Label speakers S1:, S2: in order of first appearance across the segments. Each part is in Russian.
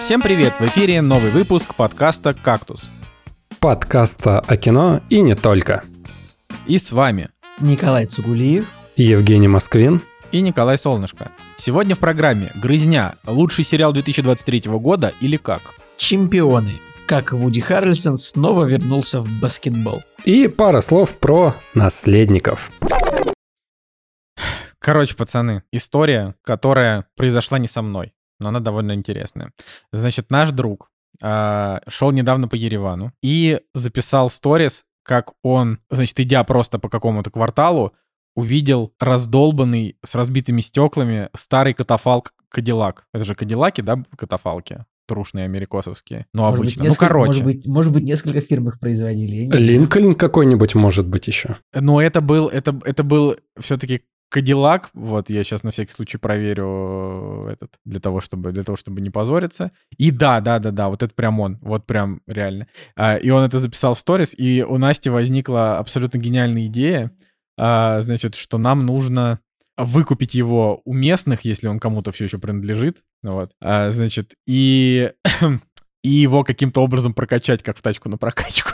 S1: Всем привет! В эфире новый выпуск подкаста «Кактус».
S2: Подкаста о кино и не только.
S1: И с вами
S3: Николай Цугулиев,
S2: Евгений Москвин
S1: и Николай Солнышко. Сегодня в программе «Грызня. Лучший сериал 2023 года или как?».
S3: чемпионы. Как Вуди Харрельсон снова вернулся в баскетбол.
S2: и пара слов про наследников.
S1: Короче, пацаны, история, которая произошла не со мной, но она довольно интересная. Значит, наш друг шел недавно по Еревану и записал сторис, как он, значит, идя просто по какому-то кварталу, увидел раздолбанный с разбитыми стеклами старый катафалк Кадиллак. Это же Кадиллаки, да, катафалки? Трушные америкосовские. Ну,
S3: Может
S1: обычно.
S3: быть,
S1: Короче.
S3: Может быть, несколько фирм их производили. я не знаю.
S2: Линкольн какой-нибудь может быть еще.
S1: Но это был все-таки Кадиллак. Вот, я сейчас на всякий случай проверю этот, для того, чтобы не позориться. И да, вот это прям он. Вот прям реально. И он это записал в сторис, и у Насти возникла абсолютно гениальная идея, значит, что нам нужно выкупить его у местных, если он кому-то все еще принадлежит. Вот. Значит, и его каким-то образом прокачать, как в тачку на прокачку.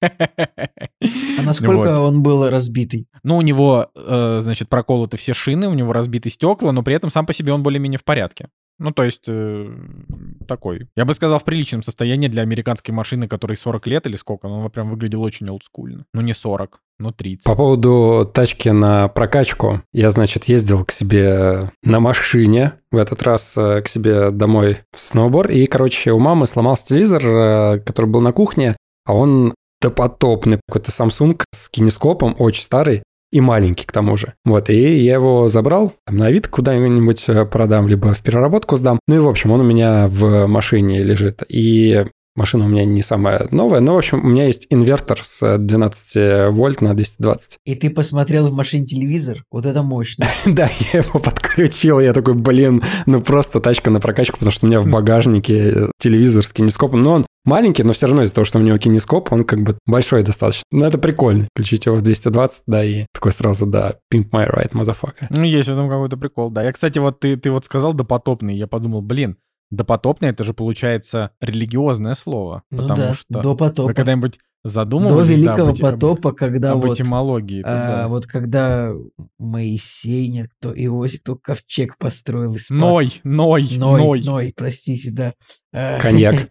S3: А насколько он был разбитый?
S1: Ну, у него, значит, проколоты все шины, у него разбиты стекла, но при этом сам по себе он более-менее в порядке. Ну, то есть, такой, я бы сказал, в приличном состоянии для американской машины, которой 40 лет или сколько, но он прям выглядел очень олдскульно. Ну, не 40, но 30.
S2: По поводу тачки на прокачку, я, значит, ездил к себе на машине, в этот раз к себе домой в сноуборд, и, короче, у мамы сломался телевизор, который был на кухне, а он допотопный, какой-то Samsung с кинескопом, очень старый и маленький к тому же. Вот, и я его забрал, там, на Авито куда-нибудь продам, либо в переработку сдам. Ну и, в общем, он у меня в машине лежит. И машина у меня не самая новая, но, в общем, у меня есть инвертор с 12 вольт на 220.
S3: И ты посмотрел в машине телевизор? Вот это мощно.
S2: Да, я его подключил, я такой, ну просто тачка на прокачку, потому что у меня в багажнике телевизор с кинескопом, но он маленький, но все равно из-за того, что у него кинескоп, он как бы большой достаточно. Ну, это прикольно. Включить его в 220, да, и такой сразу, да, pimp my ride, motherfucker.
S1: Ну, есть в этом какой-то прикол, да. Я, кстати, вот ты вот сказал допотопный, я подумал, допотопный — это же, получается, религиозное слово.
S3: Ну
S1: потому
S3: да,
S1: что
S3: до потопа.
S1: вы когда-нибудь
S3: До
S1: задумывались
S3: Великого потопа, когда
S1: об
S3: вот...
S1: этимологии? Да.
S3: Вот когда Моисей, нет, кто Иосиф, кто ковчег построил и спас. Ной, простите, да.
S2: Коньяк.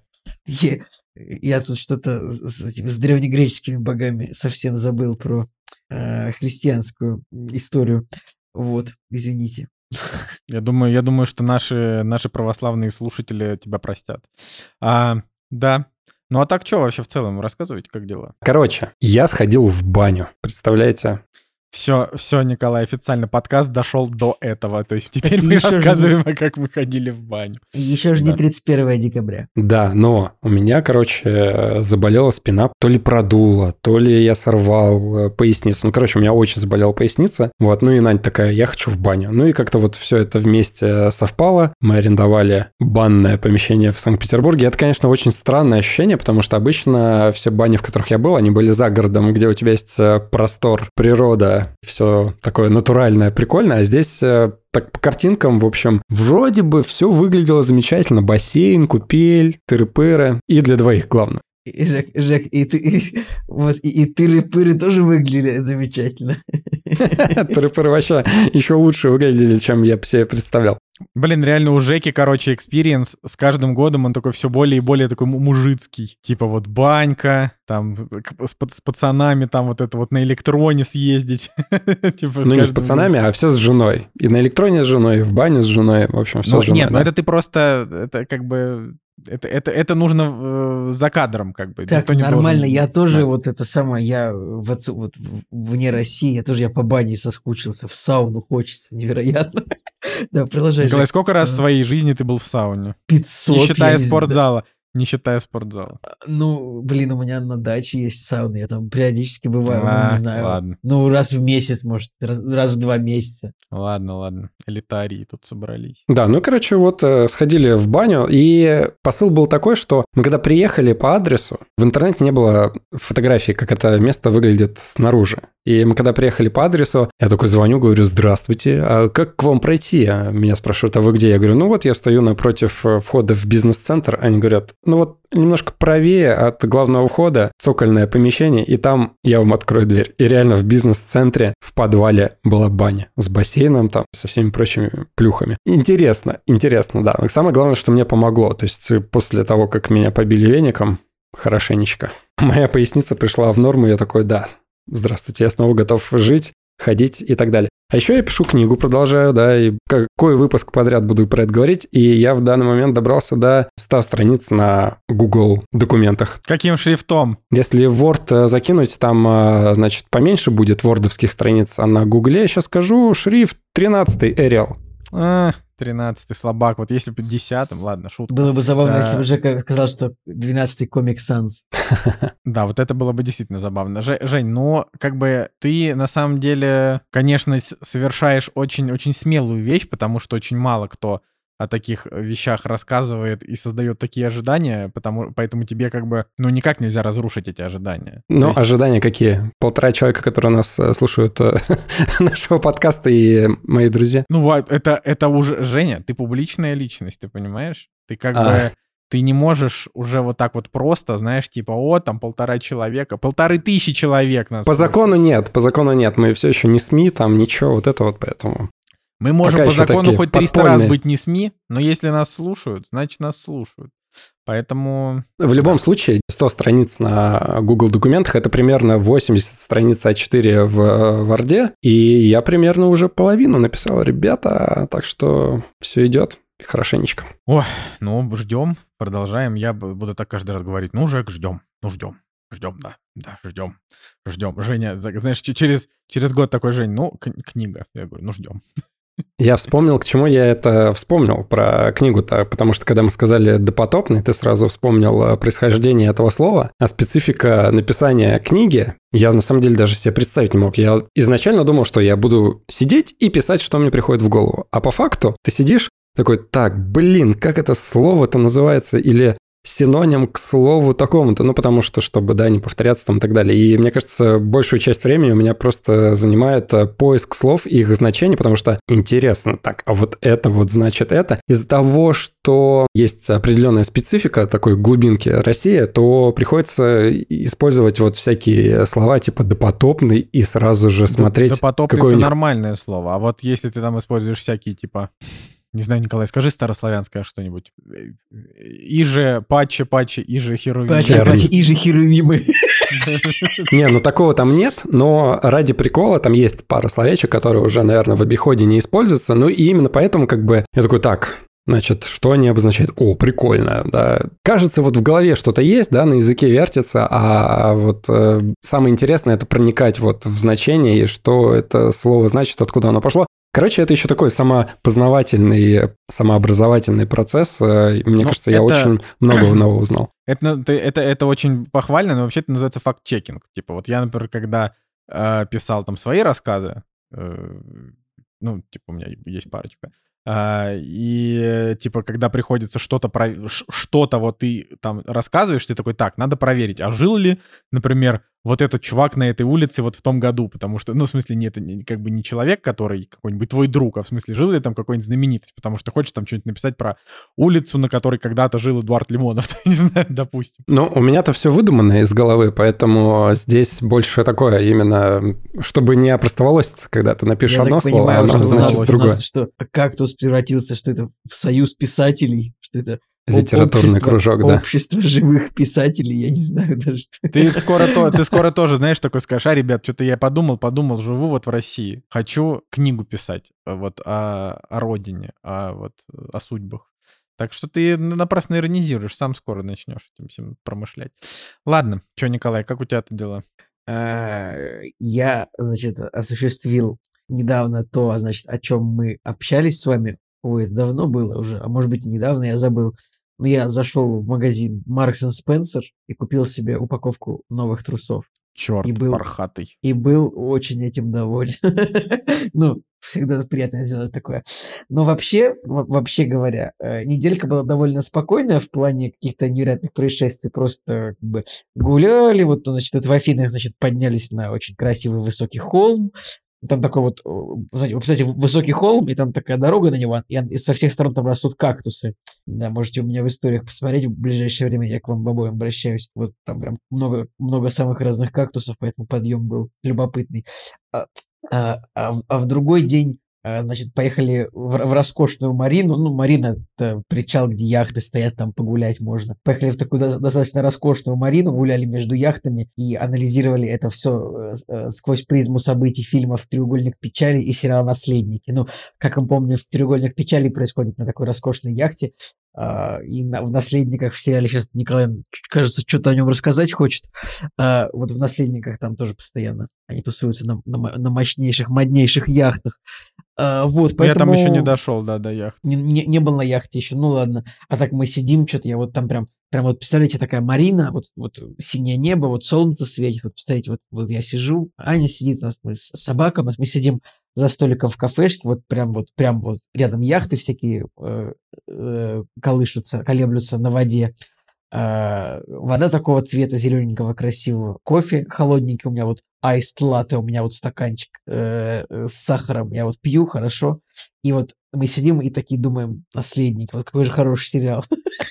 S3: Я тут что-то с древнегреческими богами совсем забыл про христианскую историю. Вот, извините.
S1: Я думаю, что наши православные слушатели тебя простят. Да. Ну а так что вообще в целом? Рассказывайте, как дела?
S2: Короче, я сходил в баню, представляете?
S1: Все, Николай, официально подкаст дошел до этого. То есть теперь
S3: Так
S1: мы
S3: еще же
S1: рассказываем, как мы ходили в баню.
S3: Еще же не 31 декабря.
S2: Да, но у меня, короче, заболела спина, то ли продуло, то ли я сорвал поясницу. Ну, короче, у меня очень заболела поясница. Вот, ну и Надя такая, я хочу в баню. Ну и как-то вот все это вместе совпало. Мы арендовали банное помещение в Санкт-Петербурге. Это, конечно, очень странное ощущение, потому что обычно все бани, в которых я был, они были за городом, где у тебя есть простор, природа, все такое натуральное, прикольное, а здесь так по картинкам, в общем, вроде бы все выглядело замечательно. Бассейн, купель, тыры-пыры. И для двоих, главное.
S3: Жек, и тыры-пыры тоже выглядели замечательно.
S2: Тыры-пыры вообще еще лучше выглядели, чем я себе представлял.
S1: Блин, реально у Жеки, короче, экспириенс с каждым годом он такой все более и более такой мужицкий. Типа вот банька, там с пацанами, там вот это вот на электроне съездить.
S2: Ну не с пацанами, а все с женой. И на электроне с женой, и в бане с женой, в общем, все с женой.
S1: Нет, ну это ты просто, это как бы... Это нужно за кадром, как бы.
S3: Так, нормально, я тоже вот это самое, я вот вне России, я по бане соскучился, в сауну хочется, невероятно. Да, продолжай.
S1: Николай, сколько раз в своей жизни ты был в сауне?
S3: 500.
S1: Не считая спортзала. Не считая спортзала.
S3: Ну, блин, у меня на даче есть сауна, я там периодически бываю, не знаю.
S1: Ладно.
S3: Ну, раз в месяц, может, раз в 2 месяца.
S1: Ладно. Элитарии тут собрались.
S2: Да, ну, короче, вот сходили в баню, и посыл был такой, что мы когда приехали по адресу, в интернете не было фотографий, как это место выглядит снаружи. И мы когда приехали по адресу, я такой звоню, говорю, здравствуйте, а как к вам пройти? А меня спрашивают, а вы где? Я говорю, ну вот я стою напротив входа в бизнес-центр. Они говорят, ну вот немножко правее от главного входа, цокольное помещение, и там я вам открою дверь. И реально в бизнес-центре в подвале была баня с бассейном там, со всеми прочими плюхами. Интересно, да. Самое главное, что мне помогло. То есть после того, как меня побили веником, хорошенечко, моя поясница пришла в норму, я такой, да, здравствуйте, я снова готов жить, ходить и так далее. А еще я пишу книгу, продолжаю, да, и какой выпуск подряд буду про это говорить, и я в данный момент добрался до 100 страниц на Google документах.
S1: Каким шрифтом?
S2: Если в Word закинуть, там, значит, поменьше будет вордовских страниц, а на Гугле, сейчас скажу, шрифт 13 Arial.
S1: 13-й слабак. Вот если бы 10-м, ладно, шутка.
S3: Было бы забавно, если бы Жека сказал, что 12-й Comic Sans.
S1: Да, вот это было бы действительно забавно. Жень, ну, как бы ты на самом деле, конечно, совершаешь очень-очень смелую вещь, потому что очень мало кто о таких вещах рассказывает и создает такие ожидания, поэтому тебе как бы, ну, никак нельзя разрушить эти ожидания.
S2: Ну, есть... ожидания какие? 1,5 человека, которые нас слушают нашего подкаста, и мои друзья.
S1: Ну, это уже, Женя, ты публичная личность, ты понимаешь? Ты как бы... Ты не можешь уже вот так вот просто, знаешь, типа, там 1,5 человека, 1500 человек нас...
S2: По закону нет, мы все еще не СМИ, там ничего, вот это вот поэтому...
S1: Мы можем по закону хоть 300 раз быть не СМИ, но если нас слушают, значит, нас слушают. Поэтому...
S2: В любом случае, 100 страниц на Google документах — это примерно 80 страниц А4 в Word, и я примерно уже половину написал, ребята, так что все идет хорошенечко.
S1: Ой, ну, ждем, продолжаем. Я буду так каждый раз говорить, ну, Жек, ждем, да, ждем. Женя, знаешь, через год такой, Жень, ну, книга. Я говорю, ну, ждем.
S2: Я вспомнил, к чему я это вспомнил про книгу-то, потому что когда мы сказали «допотопный», ты сразу вспомнил происхождение этого слова, а специфика написания книги я на самом деле даже себе представить не мог. Я изначально думал, что я буду сидеть и писать, что мне приходит в голову, а по факту ты сидишь такой, так, как это слово-то называется, или синоним к слову такому-то, ну, потому что, чтобы, да, не повторяться там и так далее. И мне кажется, большую часть времени у меня просто занимает поиск слов и их значений, потому что интересно, так, а вот это вот значит это. Из-за того, что есть определенная специфика такой глубинки России, то приходится использовать вот всякие слова типа «допотопный» и сразу же смотреть...
S1: Допотопный — это нормальное слово, а вот если ты там используешь всякие типа... Не знаю, Николай, скажи старославянское что-нибудь. Иже, паче, иже, херувимы.
S3: Паче, иже, херувимы.
S2: Не, ну такого там нет, но ради прикола там есть пара словечек, которые уже, наверное, в обиходе не используются, ну и именно поэтому как бы я такой, так, значит, что они обозначают? О, прикольно, да. Кажется, вот в голове что-то есть, да, на языке вертится, а вот самое интересное — это проникать вот в значение, и что это слово значит, откуда оно пошло. Короче, это еще такой самопознавательный, самообразовательный процесс. Мне кажется, я очень много нового узнал.
S1: Это очень похвально, но вообще это называется факт-чекинг. Типа вот я, например, когда писал там свои рассказы, ну, типа у меня есть парочка, и типа когда приходится что-то вот ты там рассказываешь, ты такой, так, надо проверить, а жил ли, например, вот этот чувак на этой улице вот в том году, потому что, ну, в смысле, это как бы не человек, который какой-нибудь твой друг, а в смысле, жил ли там какой-нибудь знаменитость, потому что хочешь там что-нибудь написать про улицу, на которой когда-то жил Эдуард Лимонов, не знаю, допустим.
S2: Ну, у меня-то все выдумано из головы, поэтому здесь больше такое именно, чтобы не опростоволоситься, когда ты напишешь одно слово, а оно значит другое.
S3: Что кактус превратился, что это в союз писателей, что это
S2: литературный кружок, да.
S3: Общество живых писателей, я не знаю даже.
S1: Ты скоро тоже, знаешь, такой скажешь, ребят, что-то я подумал, живу вот в России, хочу книгу писать вот о родине, о судьбах. Так что ты напрасно иронизируешь, сам скоро начнешь этим всем промышлять. Ладно, что, Николай, как у тебя-то дела?
S3: Я, значит, осуществил недавно то, значит, о чем мы общались с вами. Ой, это давно было уже, а может быть и недавно, я забыл. Но я зашел в магазин Marks & Spencer и купил себе упаковку новых трусов.
S1: Черт, пархатый.
S3: И был очень этим доволен. Ну, Всегда приятно сделать такое. Но вообще говоря, неделька была довольно спокойная в плане каких-то невероятных происшествий. Просто как бы гуляли, вот, значит, в Афинах, значит, поднялись на очень красивый высокий холм. Там такой вот, знаете, вы представляете, высокий холм, и там такая дорога на него, и со всех сторон там растут кактусы. Да, можете у меня в историях посмотреть в ближайшее время, я к вам обоим обращаюсь. Вот там прям много самых разных кактусов, поэтому подъем был любопытный. В другой день, значит, поехали в роскошную марину. Ну, марина – это причал, где яхты стоят, там погулять можно. Поехали в такую достаточно роскошную марину, гуляли между яхтами и анализировали это все сквозь призму событий фильмов «Треугольник печали» и сериала «Наследники». Ну, как мы помним, в «Треугольник печали» происходит на такой роскошной яхте, и в «Наследниках» в сериале сейчас Николай, кажется, что-то о нем рассказать хочет. Вот в «Наследниках» там тоже постоянно они тусуются на мощнейших, моднейших яхтах. Вот, поэтому...
S1: Я там еще не дошел, да, до яхты.
S3: Не был на яхте еще, ну ладно. А так мы сидим, что-то я вот там прям вот, представляете, такая марина, вот синее небо, вот солнце светит, вот представляете, вот я сижу, Аня сидит, у нас мы с собакой, мы сидим за столиком в кафешке, вот прям рядом яхты всякие колеблются на воде. Вода такого цвета зелененького, красивого. Кофе холодненький у меня, вот iced latte, у меня вот стаканчик с сахаром, я вот пью, хорошо. И вот мы сидим и такие думаем, «Наследники», вот какой же хороший сериал.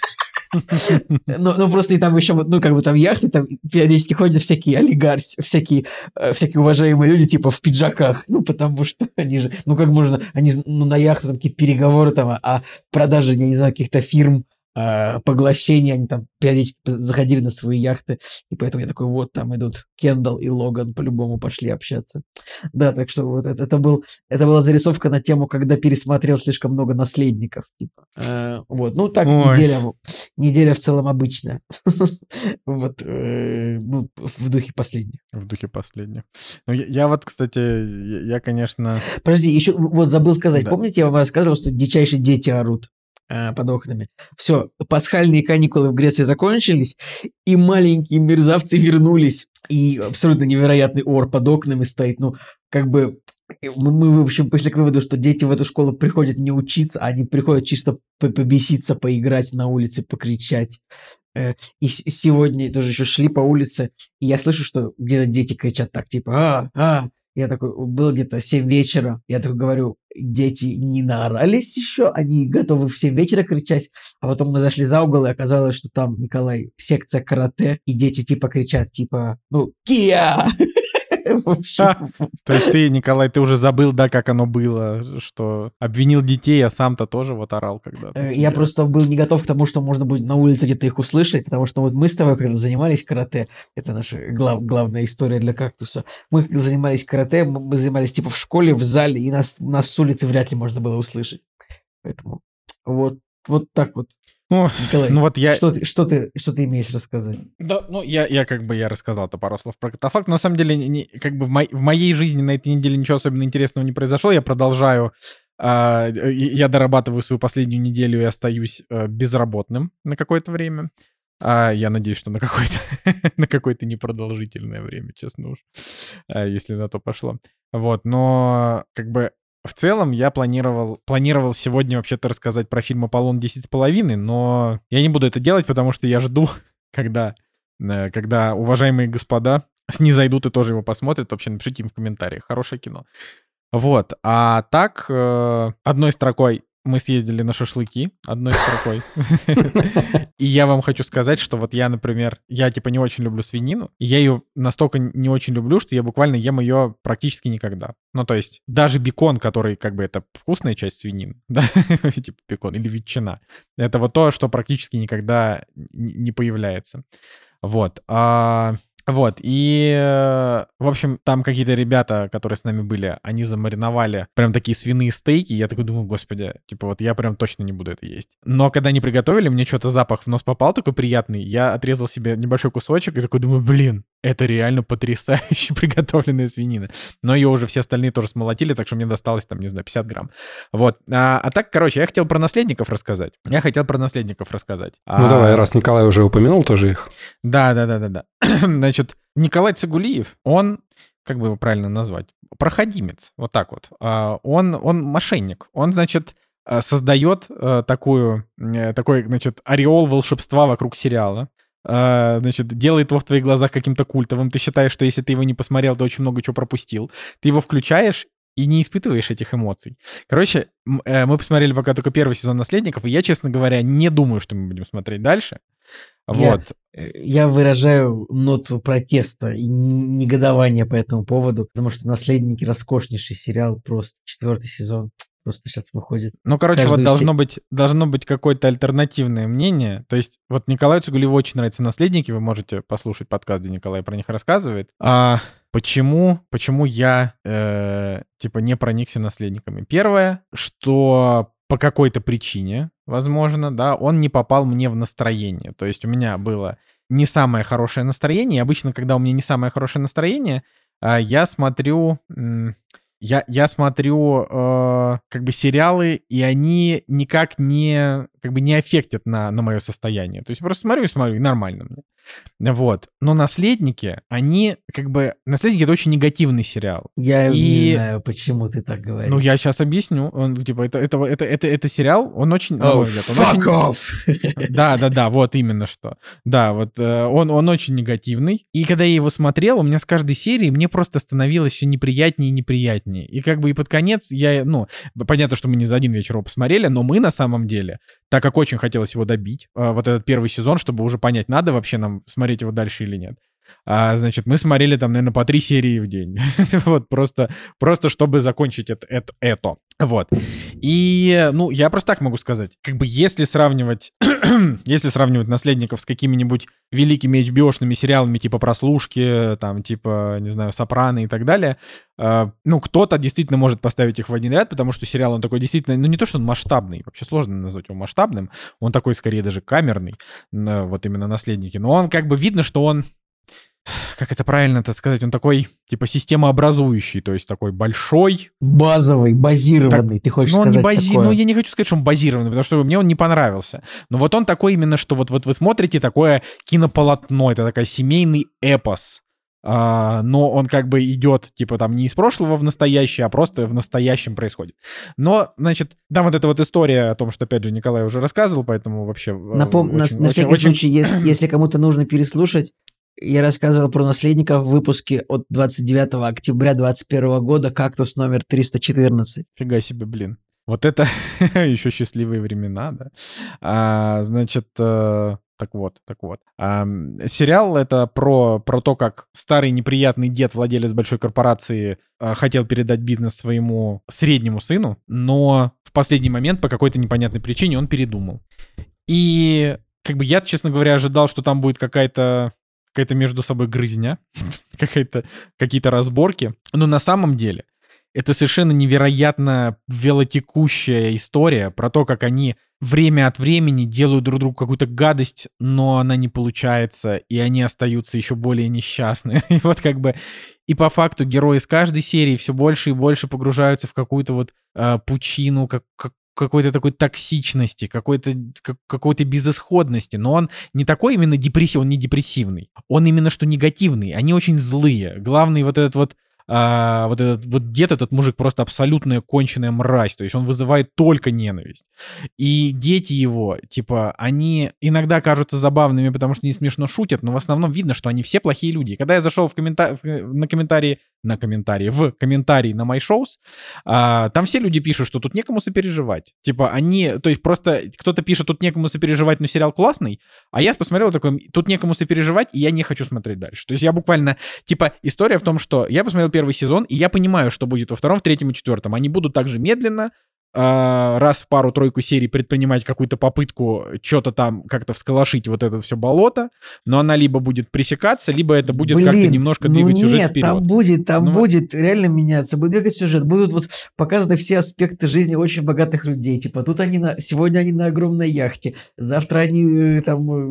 S3: Ну, просто и там еще, ну, как бы там яхты, там периодически ходят всякие олигархи, всякие уважаемые люди, типа в пиджаках, ну, потому что они же, ну, как можно, они же, ну, на яхту там какие-то переговоры там о продаже, я не знаю, каких-то фирм, поглощения, они там периодически заходили на свои яхты, и поэтому я такой, вот там идут Кендалл и Логан, по-любому пошли общаться. Да, так что вот это была зарисовка на тему, когда пересмотрел слишком много «Наследников». Типа. Вот, ну так, неделя в целом обычная. Вот, ну, в духе последних.
S1: В духе последних. Ну, я вот, кстати, я, конечно...
S3: Подожди, еще вот забыл сказать, помните, я вам рассказывал, что дичайшие дети орут под окнами. Все, пасхальные каникулы в Греции закончились, и маленькие мерзавцы вернулись, и абсолютно невероятный ор под окнами стоит. Ну, как бы мы в общем, пришли к выводу, что дети в эту школу приходят не учиться, они приходят чисто побеситься, поиграть на улице, покричать. И сегодня тоже еще шли по улице, и я слышу, что где-то дети кричат так, типа Я такой, было где-то 7 вечера, я такой говорю, дети не наорались еще, они готовы в 7 вечера кричать, а потом мы зашли за угол, и оказалось, что там, Николай, секция карате, и дети типа кричат, типа, ну, «Кия!»
S1: То есть ты, Николай, ты уже забыл, да, как оно было, что обвинил детей, а сам-то тоже вот орал когда-то.
S3: Я просто был не готов к тому, что можно будет на улице где-то их услышать, потому что вот мы с тобой, когда занимались карате, это наша главная история для кактуса, мы занимались карате, мы занимались типа в школе, в зале, и нас с улицы вряд ли можно было услышать. Поэтому вот так вот. Николай,
S1: ну вот
S3: что ты имеешь рассказать?
S1: Да, ну я как бы я рассказал-то пару слов про катафалк. На самом деле, как бы в моей жизни на этой неделе ничего особенно интересного не произошло. Я продолжаю, я дорабатываю свою последнюю неделю и остаюсь безработным на какое-то время. Я надеюсь, что на какое-то непродолжительное время, честно уж, если на то пошло. Вот, но как бы в целом я планировал сегодня вообще-то рассказать про фильм «Аполлон 10,5», но я не буду это делать, потому что я жду, когда уважаемые господа снизойдут и тоже его посмотрят. Вообще напишите им в комментариях. Хорошее кино. Вот. А так, одной строкой мы съездили на шашлыки, одной строкой. И я вам хочу сказать, что вот я, например, я типа не очень люблю свинину, и я ее настолько не очень люблю, что я буквально ем ее практически никогда. Ну, то есть даже бекон, который как бы это вкусная часть свинины, да, типа бекон или ветчина, это вот то, что практически никогда не появляется. Вот. Вот, и, в общем, там какие-то ребята, которые с нами были, они замариновали прям такие свиные стейки, я такой думаю, господи, типа вот я прям точно не буду это есть. Но когда они приготовили, мне что-то запах в нос попал такой приятный, я отрезал себе небольшой кусочек и такой думаю, блин, это реально потрясающе приготовленная свинина. Но ее уже все остальные тоже смолотили, так что мне досталось там, не знаю, 50 грамм. Вот, а так, короче, я хотел про наследников рассказать.
S2: Ну давай, раз Николай уже упомянул тоже их.
S1: Да. Значит, Николай Цигулиев, он как бы его правильно назвать? Проходимец, вот так вот. Он мошенник. Он, значит, создает такой, значит, ореол волшебства вокруг сериала. Значит, делает его в твоих глазах каким-то культовым. Ты считаешь, что если ты его не посмотрел, ты очень много чего пропустил. Ты его включаешь и не испытываешь этих эмоций. Короче, мы посмотрели пока только первый сезон «Наследников», и я, честно говоря, не думаю, что мы будем смотреть дальше. Вот.
S3: Я выражаю ноту протеста и негодования по этому поводу, потому что «Наследники» — роскошнейший сериал, просто 4-й сезон. Просто сейчас выходит.
S1: Ну, короче, вот должно быть какое-то альтернативное мнение. То есть вот Николаю Цугулиеву очень нравятся «Наследники». Вы можете послушать подкаст, где Николай про них рассказывает. Почему я, не проникся «Наследниками»? Первое, что по какой-то причине, возможно, да, он не попал мне в настроение. То есть у меня было не самое хорошее настроение. И обычно, когда у меня не самое хорошее настроение, я смотрю... Я смотрю как бы сериалы, и они никак не аффектят на мое состояние. То есть просто смотрю, и нормально мне. Вот. Но «Наследники», «Наследники» — это очень негативный сериал.
S3: Я не знаю, почему ты так говоришь.
S1: Ну, я сейчас объясню. Он, это сериал, он очень...
S3: Fuck off!
S1: Да, вот именно что. Да, вот он очень негативный. И когда я его смотрел, у меня с каждой серии мне просто становилось все неприятнее и неприятнее. И и под конец понятно, что мы не за один вечер его посмотрели, но мы на самом деле, так как очень хотелось его добить, вот этот первый сезон, чтобы уже понять, надо вообще нам смотреть его дальше или нет. Значит, мы смотрели там, наверное, по 3 серии в день. Вот, просто чтобы закончить это. Вот. И, я просто так могу сказать. Если сравнивать «Наследников» с какими-нибудь великими HBO-шными сериалами типа «Прослушки», там, типа, не знаю, «Сопрано» и так далее, кто-то действительно может поставить их в один ряд, потому что сериал, он такой действительно, не то, что он масштабный, вообще сложно назвать его масштабным, он такой, скорее, даже камерный, вот именно «Наследники», но он видно, что он, как это правильно-то сказать, он такой, типа, системообразующий, то есть такой большой.
S3: Базовый, базированный, ты хочешь сказать такое?
S1: Я не хочу сказать, что он базированный, потому что мне он не понравился. Но вот он такой именно, что вот вы смотрите такое кинополотно, это такой семейный эпос. Но он идет, типа, там, не из прошлого в настоящее, а просто в настоящем происходит. Но, значит, там вот эта вот история о том, что, опять же, Николай уже рассказывал, поэтому вообще...
S3: На всякий случай, если кому-то нужно переслушать, я рассказывал про «Наследников» в выпуске от 29 октября 2021 года, «Кактус» номер 314.
S1: Фига себе, блин. Вот это еще счастливые времена, да. Так вот. Сериал — это про то, как старый неприятный дед, владелец большой корпорации, хотел передать бизнес своему среднему сыну, но в последний момент по какой-то непонятной причине он передумал. И я, честно говоря, ожидал, что там будет какая-то между собой грызня, какие-то разборки. Но на самом деле это совершенно невероятно велотекущая история про то, как они время от времени делают друг другу какую-то гадость, но она не получается, и они остаются еще более несчастны. И вот и по факту герои с каждой серии все больше и больше погружаются в какую-то вот пучину, какой-то такой токсичности, какой-то безысходности. Но он не такой именно депрессивный, он не депрессивный. Он именно что негативный. Они очень злые. Главный вот этот дед, этот мужик просто абсолютная конченая мразь. То есть он вызывает только ненависть. И дети его, типа, они иногда кажутся забавными, потому что не смешно шутят, но в основном видно, что они все плохие люди. И когда я зашел в комментарии на My Shows, там все люди пишут, что тут некому сопереживать. Типа, то есть просто кто-то пишет, тут некому сопереживать, но сериал классный, а я посмотрел такой, тут некому сопереживать, и я не хочу смотреть дальше. То есть я буквально, типа, история в том, что я посмотрел первый сезон, и я понимаю, что будет во втором, в третьем и четвертом. Они будут также медленно, раз в пару-тройку серий предпринимать какую-то попытку что-то там как-то всколошить вот это все болото, но она либо будет пресекаться, либо это будет как-то немножко двигать сюжет вперед.
S3: Там будет реально меняться, будет двигать сюжет, будут вот показаны все аспекты жизни очень богатых людей, типа тут сегодня они на огромной яхте, завтра они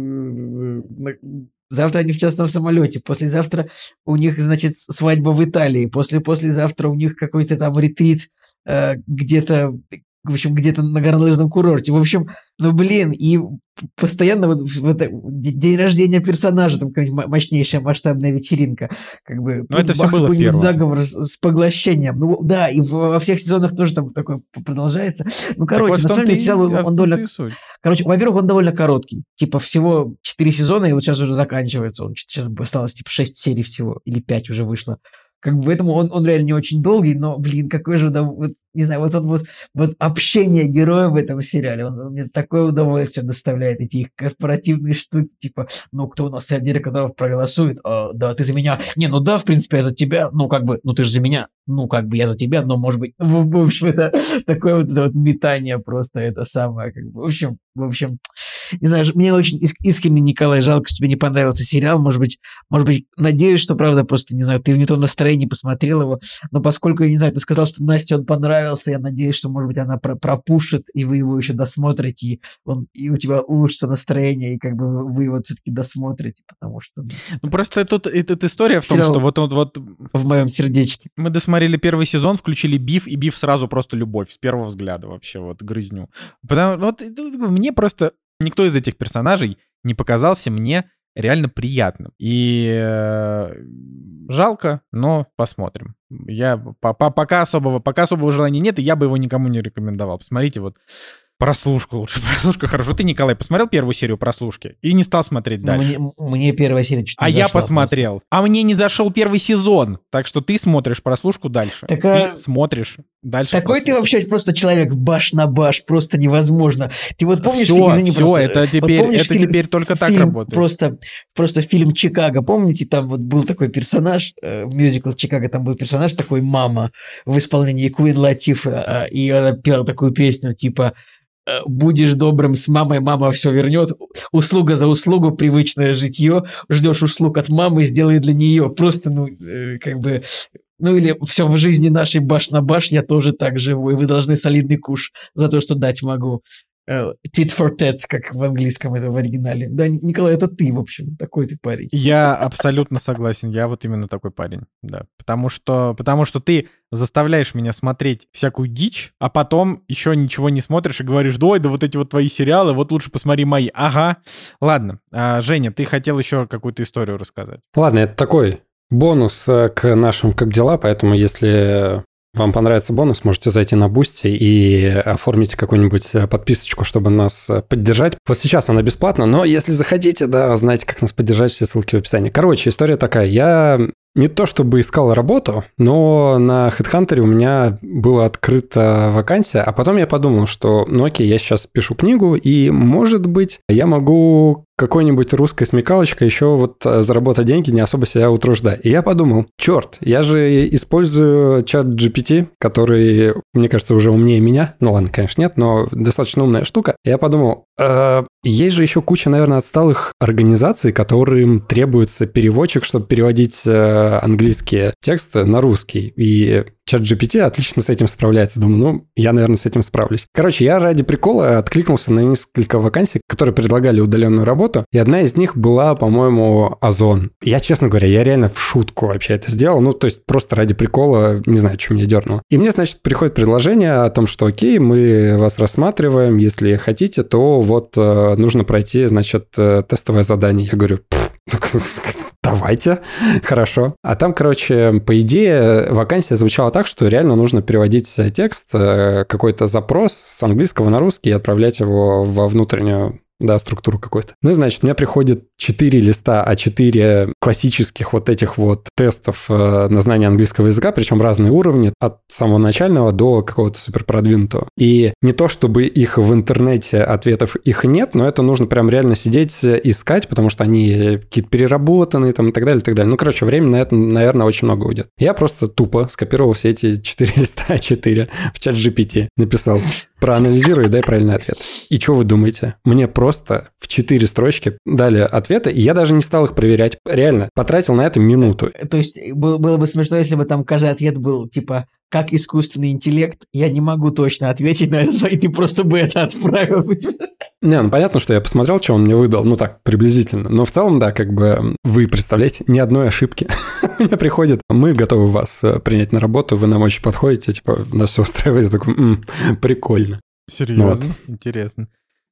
S3: Завтра они в частном самолете, послезавтра у них, значит, свадьба в Италии, послезавтра у них какой-то там ретрит где-то на горнолыжном курорте. В общем, и постоянно день рождения персонажа, там какая-нибудь мощнейшая масштабная вечеринка. Как бы,
S1: Но это все было в первом.
S3: Заговор с поглощением. Ну да, и во всех сезонах тоже там такое продолжается. Ну, короче, на самом деле сериал, он довольно... Короче, во-первых, он довольно короткий. Типа всего 4 сезона, и вот сейчас уже заканчивается. Сейчас осталось типа 6 серий всего, или 5 уже вышло. Как бы поэтому он реально не очень долгий, но, блин, какой же, вот, не знаю, вот общение героев в этом сериале, он мне такое удовольствие доставляет, эти их корпоративные штуки, типа, ну, кто у нас среди директоров проголосует, да, ты за меня, не, ну да, в принципе, я за тебя, ну, как бы, ну, ты же за меня, ну, как бы я за тебя, но, может быть, в общем, это такое вот метание просто, это самое, как бы, в общем, не знаю, мне очень искренне, Николай, жалко, что тебе не понравился сериал, может быть, надеюсь, что, правда, просто, не знаю, ты в не том настроении посмотрел его, но поскольку, я не знаю, ты сказал, что Насте он понравился, я надеюсь, что, может быть, она пропушит, и вы его еще досмотрите, и у тебя улучшится настроение, и как бы вы его все-таки досмотрите, потому что...
S1: Ну, просто тут история в том, что вот
S3: в моем сердечке.
S1: Мы досмотрели первый сезон, включили Биф, и Биф сразу просто любовь, с первого взгляда вообще, вот, грызню. Потому вот мне просто никто из этих персонажей не показался мне реально приятным. И жалко, но посмотрим. Пока особого желания нет, и я бы его никому не рекомендовал. Посмотрите, вот Прослушку лучше. Прослушка хорошо. Ты, Николай, посмотрел первую серию «Прослушки» и не стал смотреть дальше?
S3: Мне первая серия чуть не
S1: зашла. Я посмотрел. Просто. А мне не зашел первый сезон. Так что ты смотришь «Прослушку» дальше. Ты смотришь дальше.
S3: Такой ты вообще просто человек баш на баш. Просто невозможно. Ты вот помнишь...
S1: Все, это теперь только так работает.
S3: Просто фильм «Чикаго». Помните, там вот был такой персонаж, мюзикл «Чикаго», там был персонаж такой «Мама» в исполнении Куин Латифа. И она пела такую песню типа... Будешь добрым с мамой, мама все вернет. Услуга за услугу, привычное житье. Ждешь услуг от мамы, сделай для нее. Просто, или все в жизни нашей баш на баш, я тоже так живу, и вы должны солидный куш за то, что дать могу. Tit for tat, как в английском это в оригинале. Да, Николай, это ты, в общем, такой ты парень.
S1: Я абсолютно согласен, я вот именно такой парень, да. Потому что ты заставляешь меня смотреть всякую дичь, а потом еще ничего не смотришь и говоришь, да вот эти вот твои сериалы, вот лучше посмотри мои. Ага, ладно. Женя, ты хотел еще какую-то историю рассказать.
S2: Ладно, это такой бонус к нашим «Как дела?», поэтому если... Вам понравится бонус, можете зайти на Boosty и оформить какую-нибудь подписочку, чтобы нас поддержать. Вот сейчас она бесплатна, но если захотите, да, знаете, как нас поддержать, все ссылки в описании. Короче, история такая. Я не то чтобы искал работу, но на HeadHunter у меня была открыта вакансия, а потом я подумал, что, окей, я сейчас пишу книгу, и, может быть, я могу какой-нибудь русской смекалочкой еще вот заработать деньги, не особо себя утруждая. И я подумал, черт, я же использую чат GPT, который, мне кажется, уже умнее меня. Ну ладно, конечно, нет, но достаточно умная штука. И я подумал, есть же еще куча, наверное, отсталых организаций, которым требуется переводчик, чтобы переводить английские тексты на русский. И чат GPT отлично с этим справляется. Думаю, я, наверное, с этим справлюсь. Короче, я ради прикола откликнулся на несколько вакансий, которые предлагали удаленную работу, и одна из них была, по-моему, Озон. Я, честно говоря, я реально в шутку вообще это сделал, то есть просто ради прикола, не знаю, что меня дернуло. И мне, значит, приходит предложение о том, что окей, мы вас рассматриваем, если хотите, то вот нужно пройти, значит, тестовое задание. Я говорю, давайте, хорошо. А там, короче, по идее, вакансия звучала так, что реально нужно переводить текст, какой-то запрос с английского на русский и отправлять его во внутреннюю, структуру какую-то. Ну и, значит, у меня приходит 4 листа А4 классических вот этих вот тестов на знание английского языка, причем разные уровни, от самого начального до какого-то супер продвинутого. И не то, чтобы их в интернете ответов их нет, но это нужно прям реально сидеть, искать, потому что они какие-то переработанные там и так далее, и так далее. Короче, времени на это, наверное, очень много уйдет. Я просто тупо скопировал все эти 4 листа А4 в чат GPT, написал, проанализируй и дай правильный ответ. И что вы думаете? Мне просто в 4 строчки дали ответы, и я даже не стал их проверять. Реально, потратил на это минуту.
S3: То есть было бы смешно, если бы там каждый ответ был типа «как искусственный интеллект?» Я не могу точно ответить на это, и ты просто бы это отправил.
S2: Не, понятно, что я посмотрел, что он мне выдал, так, приблизительно. Но в целом, да, как бы вы представляете, ни одной ошибки. Мне приходит, мы готовы вас принять на работу, вы нам очень подходите, типа, нас все устраивает. Я такой, прикольно.
S1: Серьезно? Вот. Интересно.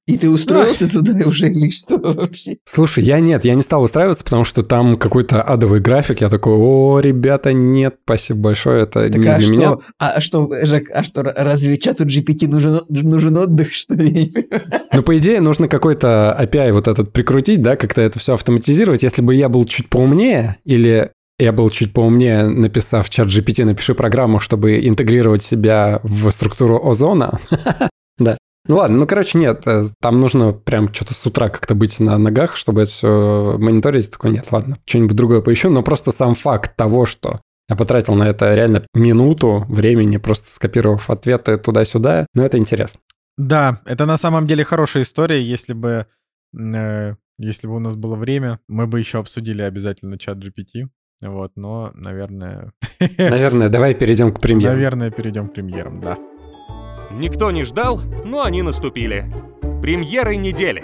S3: И ты устроился туда уже или что вообще?
S2: Слушай, я не стал устраиваться, потому что там какой-то адовый график. Я такой, о, ребята, нет, спасибо большое, это
S3: Так
S2: не для меня.
S3: Жек, разве чату GPT нужен отдых, что ли?
S2: Ну, по идее, нужно какой-то API вот этот прикрутить, да, как-то это все автоматизировать. Если бы я был чуть поумнее, или я был чуть поумнее, написав в чат GPT, напиши программу, чтобы интегрировать себя в структуру озона. Да. Ну ладно, ну короче, нет, там нужно прям что-то с утра как-то быть на ногах, чтобы это все мониторить. Такой, нет, ладно, что-нибудь другое поищу. Но просто сам факт того, что я потратил на это реально минуту времени, просто скопировав ответы туда-сюда, ну это интересно.
S1: Да, это на самом деле хорошая история. Если бы у нас было время, мы бы еще обсудили обязательно чат GPT. Вот, но, наверное...
S2: Наверное, давай перейдем к премьерам.
S1: Наверное, перейдем к премьерам, да.
S4: Никто не ждал, но они наступили. Премьеры недели.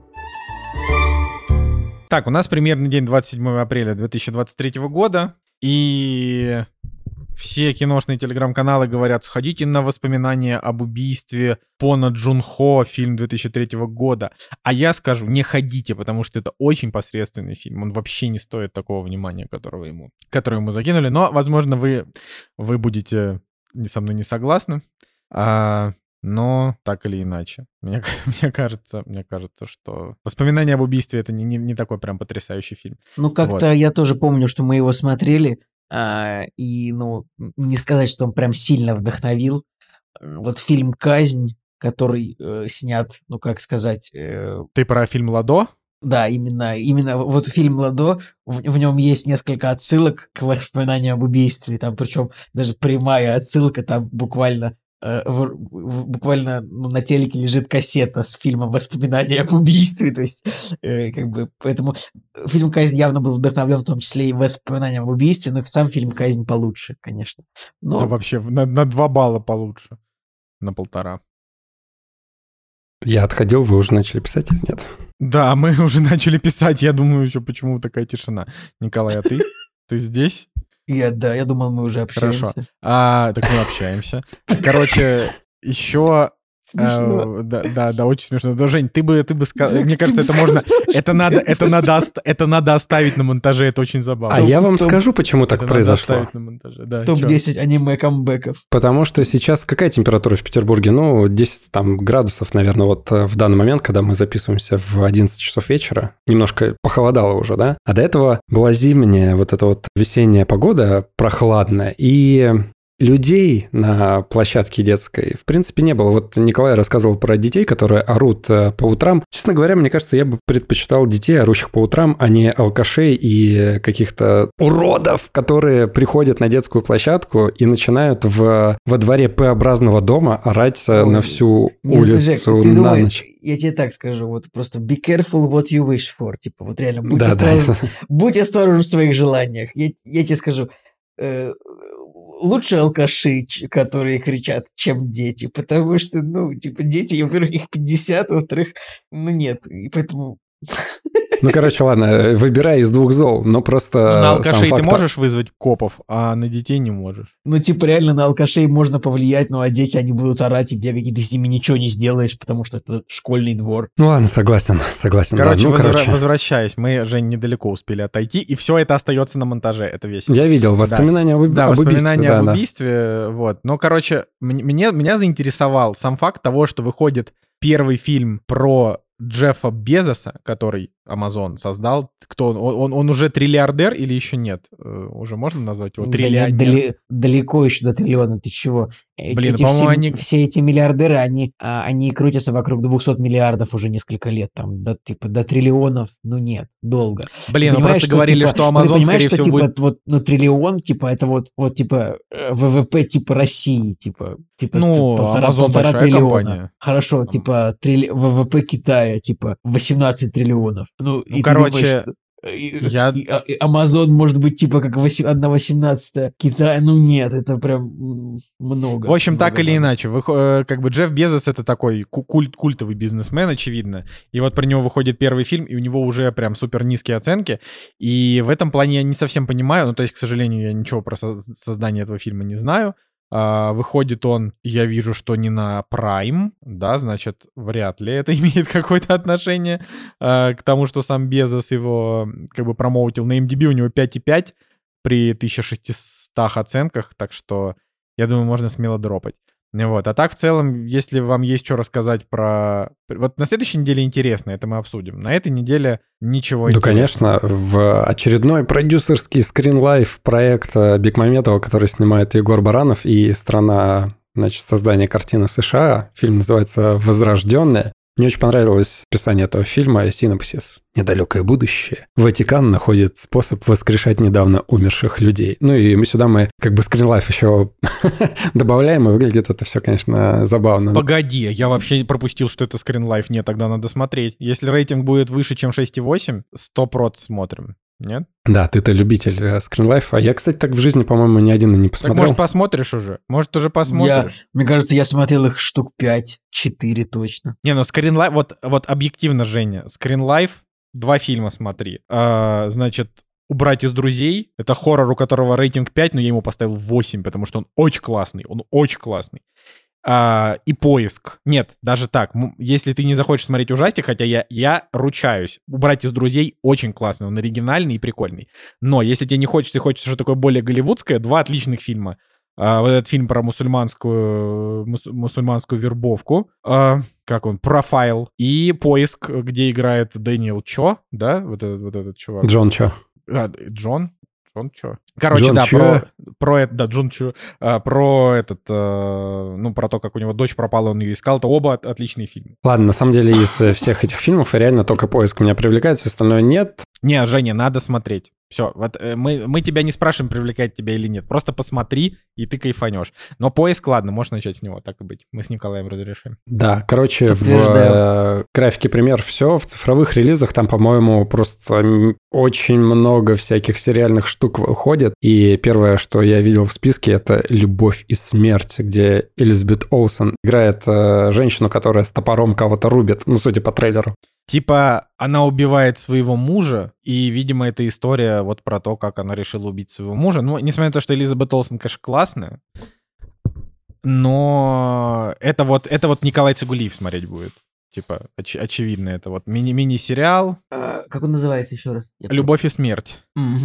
S1: Так, у нас премьерный день 27 апреля 2023 года, и все киношные телеграм-каналы говорят, сходите на воспоминания об убийстве Пона Джун Хо, фильм 2003 года. А я скажу, не ходите, потому что это очень посредственный фильм. Он вообще не стоит такого внимания, которое ему закинули. Но, возможно, вы будете со мной не согласны. Но так или иначе. Мне кажется, что «Воспоминания об убийстве» — это не такой прям потрясающий фильм.
S3: Ну, как-то я тоже помню, что мы его смотрели, и, не сказать, что он прям сильно вдохновил. Вот фильм «Казнь», который снят, как сказать...
S1: Ты про фильм «Ладо»?
S3: Да, именно вот фильм «Ладо», в нем есть несколько отсылок к воспоминаниям об убийстве, там причем даже прямая отсылка, там буквально на телеке лежит кассета с фильмом «Воспоминания об убийстве», то есть поэтому фильм «Казнь» явно был вдохновлен в том числе и воспоминанием об убийстве, но сам фильм «Казнь» получше, конечно.
S1: Да вообще на 2 балла получше, на 1,5.
S2: Я отходил, вы уже начали писать или нет?
S1: Да, мы уже начали писать, я думаю, еще почему такая тишина. Николай, а ты? Ты здесь?
S3: Я думал, мы уже общаемся.
S1: Хорошо. Так мы общаемся. Короче, еще...
S3: Смешно.
S1: Да, очень смешно. Да, Жень, ты бы сказал... Мне кажется, это можно... Это надо оставить на монтаже, это очень забавно.
S2: А я вам скажу, почему так произошло.
S1: Надо оставить на монтаже, да.
S3: Топ-10 аниме-камбэков.
S2: Потому что сейчас какая температура в Петербурге? 10 градусов, наверное, вот в данный момент, когда мы записываемся в 11 часов вечера. Немножко похолодало уже, да? А до этого была зимняя вот эта вот весенняя погода, прохладная, и... людей на площадке детской, в принципе, не было. Вот Николай рассказывал про детей, которые орут по утрам. Честно говоря, мне кажется, я бы предпочитал детей, орущих по утрам, а не алкашей и каких-то уродов, которые приходят на детскую площадку и начинают во дворе П-образного дома орать на всю улицу на ночь.
S3: Я тебе так скажу, вот просто be careful what you wish for. Типа, вот реально, будь осторожен в своих желаниях. Я тебе скажу, лучше алкаши, которые кричат, чем дети, потому что, дети, во-первых, их 50, во-вторых, нет, и поэтому...
S2: Короче, ладно, выбирай из 2 зол, но просто...
S1: На алкашей ты можешь вызвать копов, а на детей не можешь.
S3: Реально на алкашей можно повлиять, а дети, они будут орать и бегать, и ты с ними ничего не сделаешь, потому что это школьный двор.
S2: Ладно, согласен.
S1: Короче, возвращаясь, мы, Жень, недалеко успели отойти, и все это остается на монтаже, это весело.
S2: Я видел воспоминания об убийстве.
S1: Да, воспоминания об убийстве, вот. Но, короче, меня заинтересовал сам факт того, что выходит первый фильм про Джеффа Безоса, который Amazon создал. Кто он? Он уже триллиардер или еще нет? Уже можно назвать его триллионер?
S3: Далеко еще до триллиона, ты чего?
S1: По-моему,
S3: все эти миллиардеры, они крутятся вокруг 200 миллиардов уже несколько лет, там, до триллионов, нет, долго.
S1: Просто говорили, что Amazon, скорее всего, будет...
S3: триллион, это вот ВВП, России,
S1: Amazon 1,5 триллиона. Компания.
S3: Хорошо, ВВП Китая, 18 триллионов.
S1: Короче...
S3: Amazon может быть как 1/18 Китая. Нет, это прям много.
S1: В общем, так или иначе, Джефф Безос — это такой культовый бизнесмен, очевидно. И вот про него выходит первый фильм, и у него уже прям супер низкие оценки. И в этом плане я не совсем понимаю, то есть, к сожалению, я ничего про создание этого фильма не знаю. Выходит он, я вижу, что не на Prime, да, значит, вряд ли это имеет какое-то отношение к тому, что сам Безос его как бы промоутил. На MDB у него 5,5 при 1600 оценках, так что, я думаю, можно смело дропать. Вот. А так, в целом, если вам есть что рассказать про... Вот на следующей неделе интересно, это мы обсудим. На этой неделе ничего интересного.
S2: Конечно, в очередной продюсерский скринлайф проект Бекмаметова, который снимает Егор Баранов и страна, значит, создания картины США. Фильм называется «Возрожденные». Мне очень понравилось описание этого фильма, синопсис. Недалекое будущее. Ватикан находит способ воскрешать недавно умерших людей. Ну и мы как бы скринлайф еще добавляем, и выглядит это все, конечно, забавно.
S1: Погоди, я вообще пропустил, что это скринлайф. Нет, тогда надо смотреть. Если рейтинг будет выше, чем 6,8, 100% смотрим. Нет?
S2: Да, ты-то любитель скринлайфа. Я, кстати, так в жизни, по-моему, ни один и не посмотрел.
S1: Так, может, посмотришь уже? Может, уже посмотришь?
S3: Мне кажется, я смотрел их штук 5-4 точно.
S1: Не, ну скринлайф... Вот объективно, Женя, скринлайф, 2 фильма смотри. Значит, «Убрать из друзей». Это хоррор, у которого рейтинг 5, но я ему поставил 8, потому что он очень классный. Он очень классный. И «Поиск». Нет, даже так. Если ты не захочешь смотреть ужастик, хотя я ручаюсь, «Убрать из друзей» очень классный. Он оригинальный и прикольный. Но если тебе не хочется, ты хочешь что-то такое более голливудское, 2 отличных фильма. Вот этот фильм про мусульманскую вербовку. Как он? «Профайл». И «Поиск», где играет Дэниел Чо, да? Вот этот чувак.
S2: Джон Чо.
S1: Джон Чо. Короче,
S2: Джон
S1: да,
S2: Чо.
S1: Джон Чо. Про то, как у него дочь пропала, он ее искал. Это оба отличные фильмы.
S2: Ладно, на самом деле из всех этих фильмов реально только «Поиск» меня привлекает, все остальное нет.
S1: Не, Женя, надо смотреть. Все, вот мы тебя не спрашиваем, привлекает тебя или нет. Просто посмотри, и ты кайфанешь. Но «Поиск», ладно, можешь начать с него, так и быть. Мы с Николаем разрешим.
S2: Да, короче, в графике пример все. В цифровых релизах там, по-моему, просто очень много всяких сериальных штук выходит. И первое, что я видел в списке, это «Любовь и смерть», где Элизабет Олсен играет женщину, которая с топором кого-то рубит, ну, судя по трейлеру.
S1: Типа, она убивает своего мужа, и, видимо, это история вот про то, как она решила убить своего мужа. Ну, несмотря на то, что Элизабет Олсен, конечно, классная, но это вот Николай Цигулиев смотреть будет. Типа, очевидно, это вот мини-сериал.
S3: Как он называется еще раз?
S1: «Любовь и смерть».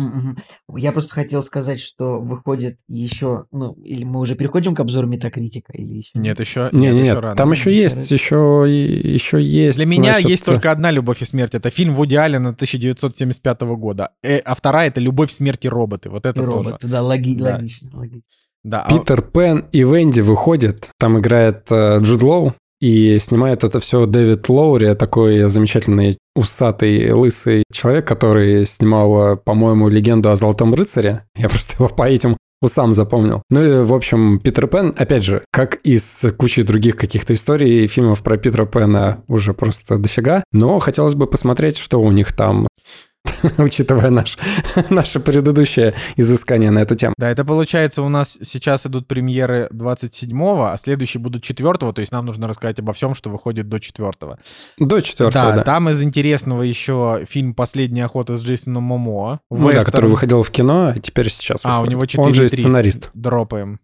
S3: Я просто хотел сказать, что выходит еще... Ну, или мы уже переходим к обзору Метакритика, или еще...
S1: Нет, еще
S2: Нет,
S1: рано.
S2: там еще есть, еще есть.
S1: Для меня есть только одна «Любовь и смерть». Это фильм Вуди Аллена 1975 года. А вторая — это «Любовь, смерть и роботы». Вот это
S3: и
S1: тоже.
S3: роботы, да, логично.
S1: Да.
S2: Питер Пен и Венди выходит. Там играет Джуд Лоу. И снимает это все Дэвид Лоури, такой замечательный усатый, лысый человек, который снимал, по-моему, «Легенду о Золотом рыцаре». Я просто его по этим усам запомнил. Ну и, в общем, Питер Пен, опять же, как из кучи других каких-то историй, фильмов про Питера Пена уже просто дофига. Но хотелось бы посмотреть, что у них там... учитывая наше предыдущее изыскание на эту тему.
S1: Да, это получается у нас сейчас идут премьеры 27-го, а следующие будут 4-го, то есть нам нужно рассказать обо всем, что выходит до 4-го.
S2: До 4-го, да.
S1: Там из интересного еще фильм «Последняя охота» с Джейсоном Момоа.
S2: Да, который выходил в кино, и теперь сейчас выходит.
S1: У него 4-3.
S2: Он же сценарист.
S1: Дропаем.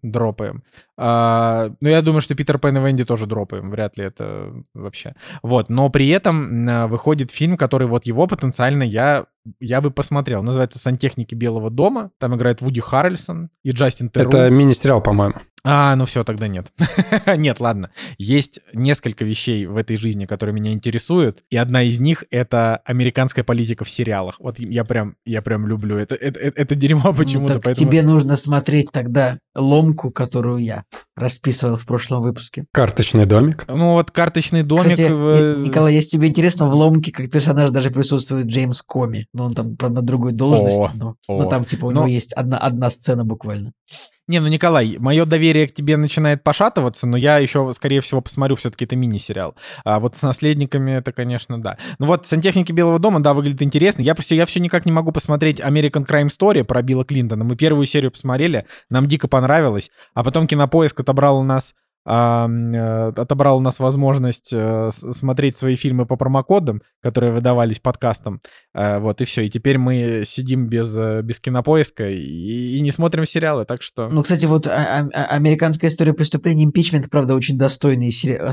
S1: Но я думаю, что Питер Пен и Венди тоже дропаем, вряд ли это вообще. Вот, но при этом выходит фильм, который вот его потенциально я бы посмотрел. Называется «Сантехники Белого дома». Там играет Вуди Харрельсон и Джастин Терру.
S2: Это мини-сериал, по-моему.
S1: Ну все, тогда нет. Нет, ладно. Есть несколько вещей в этой жизни, которые меня интересуют, и одна из них — это американская политика в сериалах. Вот я прям люблю это дерьмо почему-то.
S3: Так поэтому... тебе нужно смотреть тогда «Ломку», которую я расписывал в прошлом выпуске.
S2: «Карточный домик».
S1: Ну вот «Карточный домик».
S3: Кстати, Николай, если тебе интересно, в «Ломке» как персонаж даже присутствует Джеймс Коми. Но он там, правда, на другой должности, но там типа у него есть одна сцена буквально.
S1: Не, ну, Николай, мое доверие к тебе начинает пошатываться, но я еще, скорее всего, посмотрю, все-таки это мини-сериал. А вот с «Наследниками» это, конечно, да. Ну вот «Сантехники Белого дома», да, выглядит интересно. Я все никак не могу посмотреть American Crime Story про Билла Клинтона. Мы первую серию посмотрели, нам дико понравилось, а потом Кинопоиск отобрал у нас отобрал у нас возможность смотреть свои фильмы по промокодам, которые выдавались подкастом. Вот, и все. И теперь мы сидим без Кинопоиска и не смотрим сериалы, так что...
S3: Ну, кстати, вот «Американская история преступления», импичмент, правда, очень достойный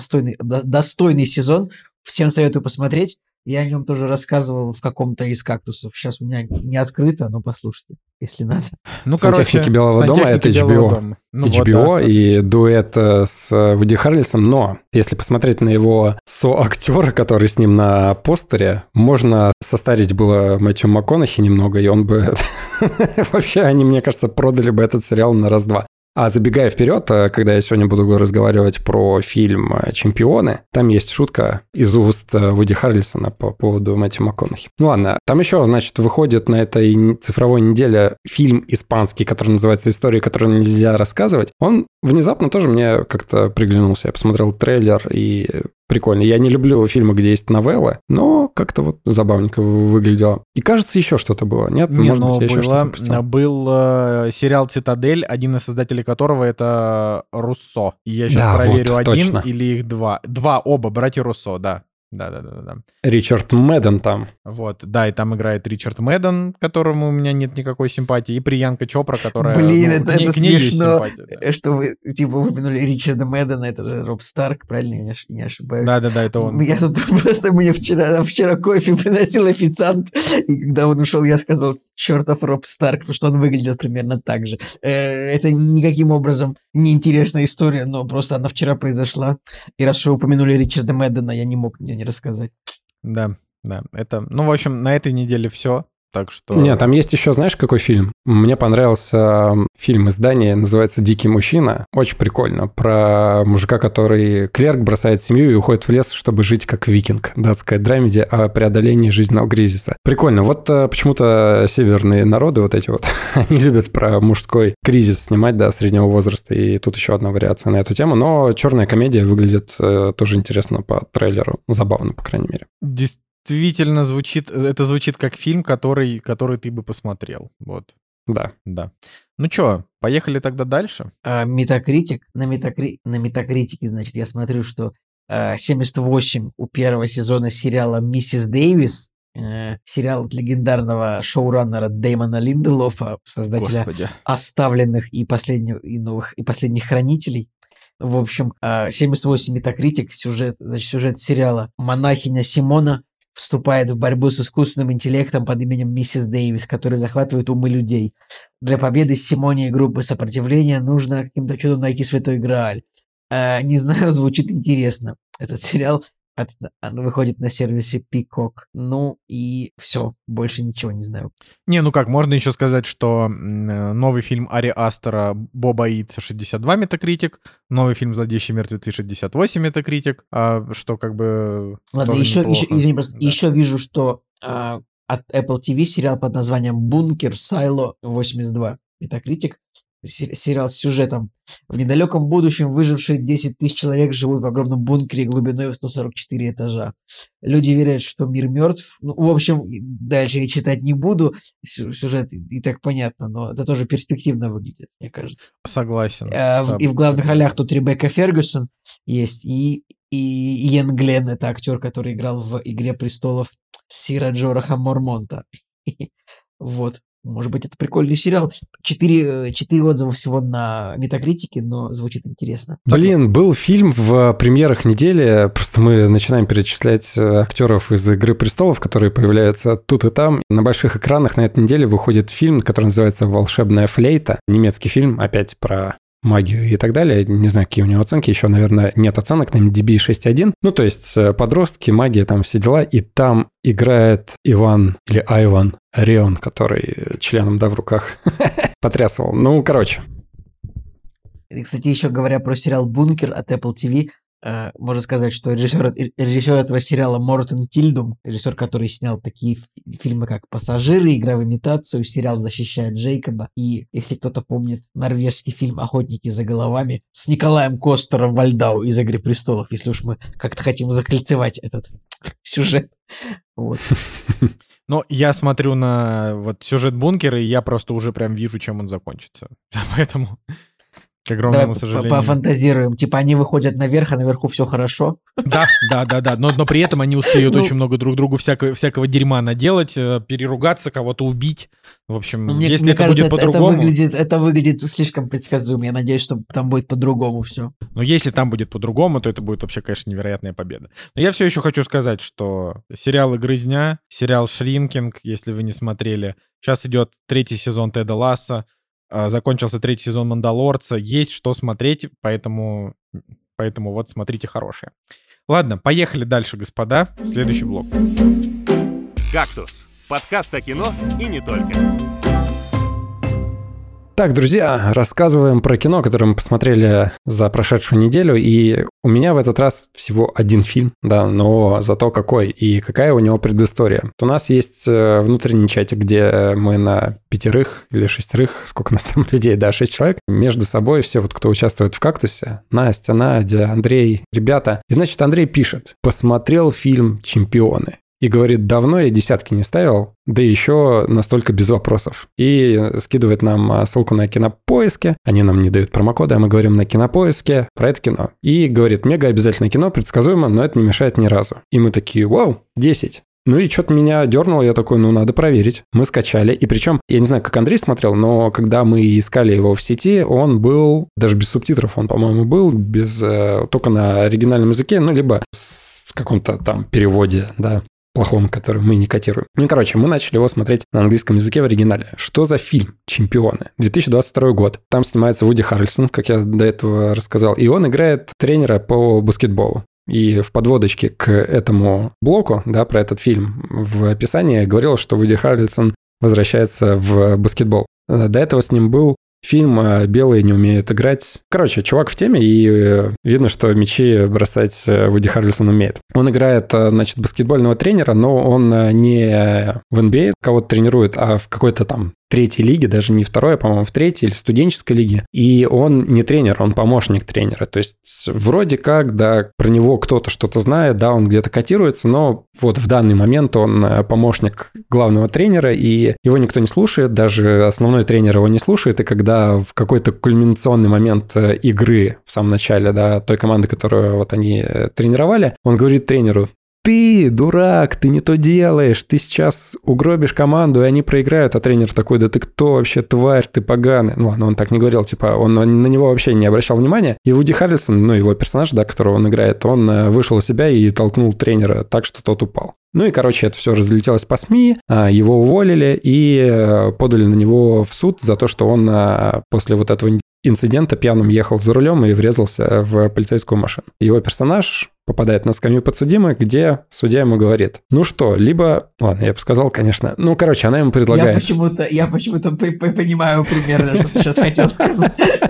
S3: сезон. Всем советую посмотреть. Я о нем тоже рассказывал в каком-то из кактусов. Сейчас у меня не открыто, но послушайте, если надо.
S1: Ну,
S2: «Сантехники Белого дома» — это HBO.
S1: Ну,
S2: HBO
S1: вот, да,
S2: и дуэт с Вуди Харрельсоном. Но если посмотреть на его соактера, который с ним на постере, можно состарить было Мэтью МакКонахи немного, и он бы... Вообще, они, мне кажется, продали бы этот сериал на раз-два. А забегая вперед, когда я сегодня буду разговаривать про фильм «Чемпионы», там есть шутка из уст Вуди Харрельсона по поводу Мэтью МакКонахи. Ну ладно, там еще, значит, выходит на этой цифровой неделе фильм испанский, который называется «Истории, которые нельзя рассказывать». Он внезапно тоже мне как-то приглянулся. Я посмотрел трейлер и... Прикольно. Я не люблю фильмы, где есть новеллы, но как-то вот забавненько выглядело. И кажется, еще что-то было. Нет? Может быть, я еще что-то пропустил.
S1: Был сериал «Цитадель», один из создателей которого это Руссо. И я сейчас проверю,
S2: вот,
S1: один
S2: точно.
S1: или их два. Оба братья Руссо, да. Да.
S2: Ричард Мэдден там.
S1: Вот, да, и там играет Ричард Мэдден, к которому у меня нет никакой симпатии, и Приянка Чопра, которая...
S3: Блин, это
S1: к ней есть
S3: смешно,
S1: симпатия, да.
S3: что вы, типа, упомянули Ричарда Мэддена, это же Роб Старк, правильно, я не ошибаюсь?
S1: Да, это он.
S3: Я тут просто мне вчера кофе приносил официант, и когда он ушел, я сказал, чертов Роб Старк, потому что он выглядел примерно так же. Это никаким образом не интересная история, но просто она вчера произошла, и раз что вы упомянули Ричарда Мэддена, я не мог мне не рассказать.
S1: Да, это... Ну, в общем, на этой неделе все. Так что...
S2: Нет, там есть еще, знаешь, какой фильм? Мне понравился фильм из Дании, называется «Дикий мужчина». Очень прикольно. Про мужика, который клерк, бросает семью и уходит в лес, чтобы жить как викинг. Датская драмеди о преодолении жизненного кризиса. Прикольно. Вот почему-то северные народы вот эти вот, они любят про мужской кризис снимать, да, среднего возраста. И тут еще одна вариация на эту тему. Но черная комедия выглядит тоже интересно по трейлеру. Забавно, по крайней мере.
S1: Действительно звучит как фильм, который ты бы посмотрел. Вот.
S2: Да.
S1: Ну что, поехали тогда дальше?
S3: Метакритик. На Метакритике, значит, я смотрю, что 78 у первого сезона сериала «Миссис Дэвис». Сериал от легендарного шоураннера Дэймона Линделофа, создателя
S1: Господи.
S3: «Оставленных» и «Последних хранителей». В общем, 78 Метакритик, сюжет сериала. Монахиня Симона вступает в борьбу с искусственным интеллектом под именем Миссис Дэвис, который захватывает умы людей. Для победы Симоне и группы сопротивления нужно каким-то чудом найти Святой Грааль. Не знаю, звучит интересно. Этот сериал выходит на сервисе Peacock. Ну и все, больше ничего не знаю.
S1: Ну как, можно еще сказать, что новый фильм Ари Астера «Боба Иитса» 62 Метакритик, новый фильм «Злодейшие мертвецы» 68 Метакритик, что как бы...
S3: Ладно, еще вижу, что от Apple TV сериал под названием «Бункер», «Сайло» 82 Метакритик. Сериал с сюжетом. В недалеком будущем выжившие 10 тысяч человек живут в огромном бункере глубиной в 144 этажа. Люди верят, что мир мертв. Ну, в общем, дальше я читать не буду. Сюжет и так понятно, но это тоже перспективно выглядит, мне кажется.
S1: Согласен.
S3: И в главных ролях тут Ребекка Фергюсон есть, и Иэн Глен, это актер, который играл в «Игре престолов» Сира Джораха Мормонта. Вот. Может быть, это прикольный сериал. 4 отзыва всего на Метакритике, но звучит интересно.
S2: Блин, был фильм в премьерах недели. Просто мы начинаем перечислять актеров из «Игры престолов», которые появляются тут и там. На больших экранах на этой неделе выходит фильм, который называется «Волшебная флейта». Немецкий фильм, опять про магию и так далее. Не знаю, какие у него оценки. Еще, наверное, нет оценок на MDB 6.1. Ну, то есть подростки, магия, там все дела. И там играет Иван или Айван Рион, который членом, да, в руках потрясывал. Ну, короче.
S3: И, кстати, еще говоря про сериал «Бункер» от Apple TV, можно сказать, что режиссер этого сериала Мортен Тильдум, режиссер, который снял такие фильмы, как «Пассажиры», «Игра в имитацию», сериал «Защищает Джейкоба». И, если кто-то помнит, норвежский фильм «Охотники за головами» с Николаем Костером Вальдау из «Игры престолов», если уж мы как-то хотим закольцевать этот сюжет. Вот.
S1: Но я смотрю на вот сюжет «Бункера», и я просто уже прям вижу, чем он закончится. Поэтому... К огромному
S3: Давай
S1: сожалению.
S3: пофантазируем. Типа они выходят наверх, а наверху все хорошо.
S1: Да. Но при этом они успеют
S3: Ну,
S1: очень много друг другу всякого дерьма наделать, переругаться, кого-то убить. В общем,
S3: Мне
S1: если это
S3: кажется,
S1: будет по-другому...
S3: это выглядит слишком предсказуемо. Я надеюсь, что там будет по-другому все.
S1: Но если там будет по-другому, то это будет вообще, конечно, невероятная победа. Но я все еще хочу сказать, что сериал «Грызня», сериал «Шринкинг», если вы не смотрели, сейчас идет 3-й сезон Теда Ласса, закончился 3-й сезон «Мандалорца», есть что смотреть, поэтому вот смотрите хорошее. Ладно, поехали дальше, господа. Следующий блок.
S4: «Кактус» — подкаст о кино и не только.
S2: Так, друзья, рассказываем про кино, которое мы посмотрели за прошедшую неделю, и у меня в этот раз всего один фильм, да, но зато какой, и какая у него предыстория. У нас есть внутренний чатик, где мы на 5 или 6, сколько нас там людей, да, 6 человек, между собой все вот, кто участвует в «Кактусе», Настя, Надя, Андрей, ребята. И, значит, Андрей пишет: посмотрел фильм «Чемпионы». И говорит, давно я десятки не ставил, да еще настолько без вопросов. И скидывает нам ссылку на Кинопоиске. Они нам не дают промокоды, а мы говорим на Кинопоиске про это кино. И говорит, мега обязательное кино, предсказуемо, но это не мешает ни разу. И мы такие, вау, 10. Ну и что-то меня дернуло, я такой, ну надо проверить. Мы скачали, и причем, я не знаю, как Андрей смотрел, но когда мы искали его в сети, он был, даже без субтитров он, по-моему, был, только на оригинальном языке, ну либо в каком-то там переводе, да, плохом, который мы не котируем. Ну, короче, мы начали его смотреть на английском языке в оригинале. Что за фильм «Чемпионы»? 2022 год. Там снимается Вуди Харрельсон, как я до этого рассказал, и он играет тренера по баскетболу. И в подводочке к этому блоку, да, про этот фильм, в описании говорилось, что Вуди Харрельсон возвращается в баскетбол. До этого с ним был фильм «Белые не умеют играть». Короче, чувак в теме, и видно, что мячи бросать Вуди Харрельсон умеет. Он играет, значит, баскетбольного тренера, но он не в NBA кого-то тренирует, а в какой-то там 3-й лиге, даже не 2-й, по-моему, в 3-й или студенческой лиге. И он не тренер, он помощник тренера. То есть вроде как, да, про него кто-то что-то знает, да, он где-то котируется, но вот в данный момент он помощник главного тренера, и его никто не слушает, даже основной тренер его не слушает, и когда в какой-то кульминационный момент игры в самом начале, да, той команды, которую вот они тренировали, он говорит тренеру: ты, дурак, ты не то делаешь, ты сейчас угробишь команду, и они проиграют. А тренер такой: да ты кто вообще, тварь, ты поганый. Ну ладно, он так не говорил, типа, он на него вообще не обращал внимания. И Вуди Харрельсон, ну его персонаж, да, которого он играет, он вышел из себя и толкнул тренера так, что тот упал. Ну и, короче, это все разлетелось по СМИ, его уволили и подали на него в суд за то, что он после вот этого инцидента пьяным ехал за рулем и врезался в полицейскую машину. Его персонаж попадает на скамью подсудимых, где судья ему говорит: ну что, либо... Ладно, я бы сказал, конечно. Ну, короче, она ему предлагает...
S3: Я почему-то понимаю примерно, что ты сейчас хотел сказать.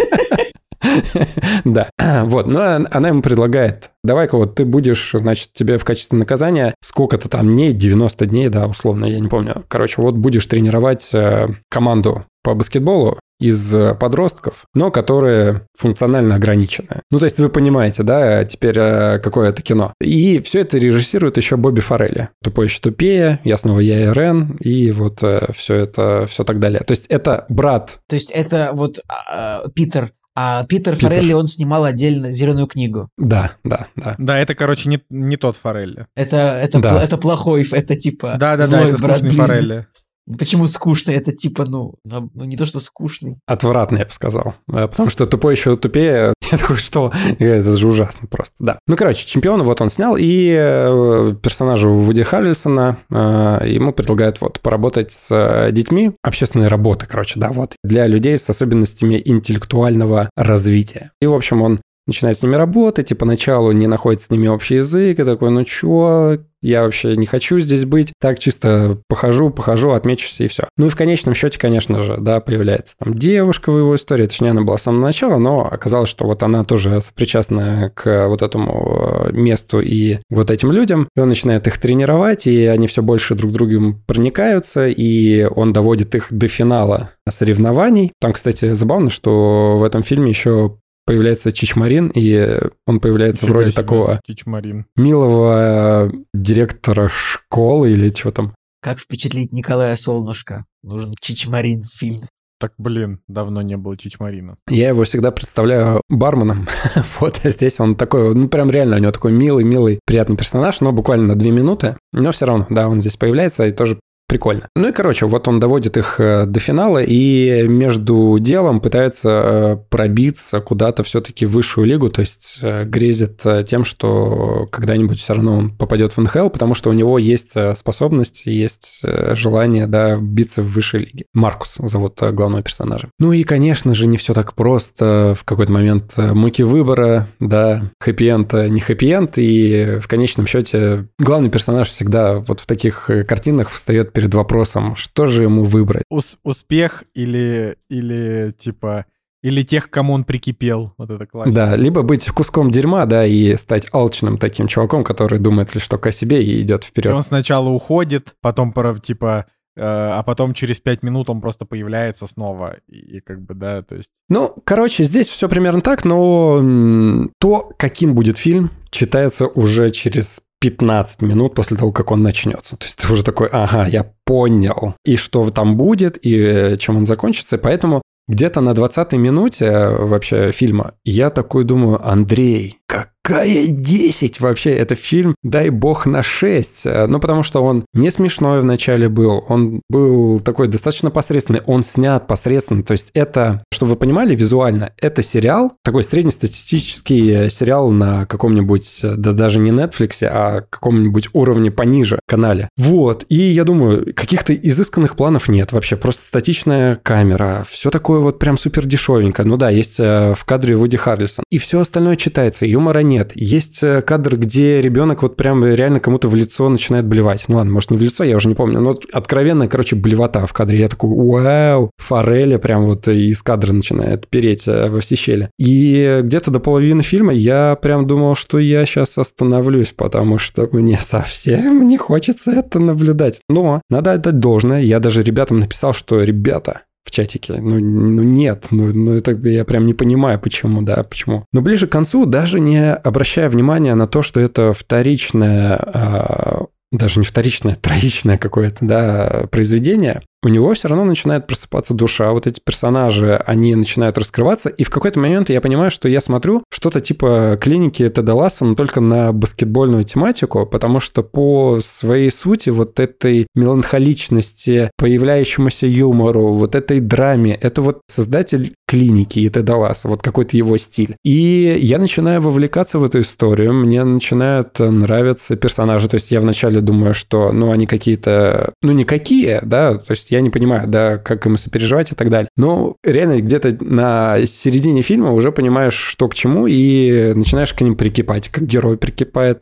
S2: Да, вот, но она ему предлагает: давай-ка вот ты будешь, значит, тебе в качестве наказания сколько-то там дней, 90 дней, да, условно, я не помню. Короче, вот будешь тренировать команду по баскетболу из подростков, но которые функционально ограничены. Ну, то есть вы понимаете, да, теперь какое это кино. И все это режиссирует еще Бобби Фаррелли. «Тупой еще тупее», «Ясного я и Рен», и вот все это, все так далее. То есть это брат...
S3: То есть это вот Питер. А Питер Фаррелли, он снимал отдельно «Зеленую книгу».
S2: Да.
S1: Да, это, короче, не тот Фаррелли.
S3: Это плохой, это типа
S1: Да,
S3: злой
S1: это
S3: брат
S1: скучный
S3: близнец.
S1: Фаррелли.
S3: Почему скучный? Это типа, ну не то, что скучный.
S2: Отвратно, я бы сказал. Потому что «Тупой еще тупее». Я такой, что? Это же ужасно просто, да. Ну, короче, «Чемпиона» вот он снял, и персонажу Вуди Харрельсона ему предлагают вот поработать с детьми. Общественные работы, короче, да, вот. Для людей с особенностями интеллектуального развития. И, в общем, он начинает с ними работать, и поначалу не находит с ними общий язык, и такой: ну чё, я вообще не хочу здесь быть, так чисто похожу, отмечусь, и все. Ну и в конечном счете, конечно же, да, появляется там девушка в его истории, точнее, она была с самого начала, но оказалось, что вот она тоже сопричастна к вот этому месту и вот этим людям, и он начинает их тренировать, и они все больше друг другом проникаются, и он доводит их до финала соревнований. Там, кстати, забавно, что в этом фильме еще появляется Чичмарин, и он появляется в роли такого милого директора школы или чего там.
S3: Как впечатлить Николая Солнышко? Нужен Чичмарин в фильме.
S1: Так, блин, давно не было Чичмарина.
S2: Я его всегда представляю барменом. Вот, а здесь он такой, ну, прям реально у него такой милый, приятный персонаж, но буквально на 2 минуты. Но все равно, да, он здесь появляется и тоже прикольно. Ну и, короче, вот он доводит их до финала и между делом пытается пробиться куда-то все-таки в высшую лигу, то есть грезит тем, что когда-нибудь все равно он попадет в НХЛ, потому что у него есть способность, есть желание, да, биться в высшей лиге. Маркус зовут главного персонажа. Ну и, конечно же, не все так просто. В какой-то момент муки выбора, да, хэппи-энд, не хэппи-энд, и в конечном счете главный персонаж всегда вот в таких картинах встает перед вопросом, что же ему выбрать.
S1: Успех или типа... Или тех, к кому он прикипел. Вот это классно.
S2: Да, либо быть куском дерьма, да, и стать алчным таким чуваком, который думает лишь только о себе и идет вперед.
S1: И он сначала уходит, потом а потом через 5 минут он просто появляется снова. И как бы, да, то есть...
S2: Ну, короче, здесь все примерно так, но то, каким будет фильм, читается уже через 15 минут после того, как он начнется. То есть ты уже такой, ага, я понял, и что там будет, и чем он закончится. Поэтому где-то на 20-й минуте вообще фильма я такой думаю, Андрей, какая 10 вообще? Это фильм, дай бог, на 6. Ну, потому что он не смешной вначале был, он был такой достаточно посредственный, он снят посредственно. То есть это, чтобы вы понимали, визуально, это сериал, такой среднестатистический сериал на каком-нибудь, да даже не Netflix, а каком-нибудь уровне пониже канале. Вот, и я думаю, каких-то изысканных планов нет вообще, просто статичная камера, все такое вот прям супер дешевенько. Ну да, есть в кадре Вуди Харрельсон. И все остальное читается, юмора нет. Есть кадр, где ребенок вот прям реально кому-то в лицо начинает блевать. Ну ладно, может не в лицо, я уже не помню, но откровенная, короче, блевота в кадре. Я такой, вау, форели прям вот из кадра начинает переть во все щели. И где-то до половины фильма я прям думал, что я сейчас остановлюсь, потому что мне совсем не хочется это наблюдать. Но надо отдать должное. Я даже ребятам написал, что ребята, в чатике. Ну нет, это я прям не понимаю, почему, да, почему. Но ближе к концу, даже не обращая внимания на то, что это вторичное, даже не вторичное, троичное какое-то, да, произведение, у него все равно начинает просыпаться душа. Вот эти персонажи, они начинают раскрываться, и в какой-то момент я понимаю, что я смотрю что-то типа клиники Теда Ласса, но только на баскетбольную тематику, потому что по своей сути вот этой меланхоличности, появляющемуся юмору, вот этой драме, это вот создатель клиники и Теда Ласса, вот какой-то его стиль. И я начинаю вовлекаться в эту историю, мне начинают нравиться персонажи, то есть я вначале думаю, что, ну, они какие-то, ну, никакие, да, то есть я не понимаю, да, как им сопереживать и так далее. Но реально где-то на середине фильма уже понимаешь, что к чему, и начинаешь к ним прикипать, как герой прикипает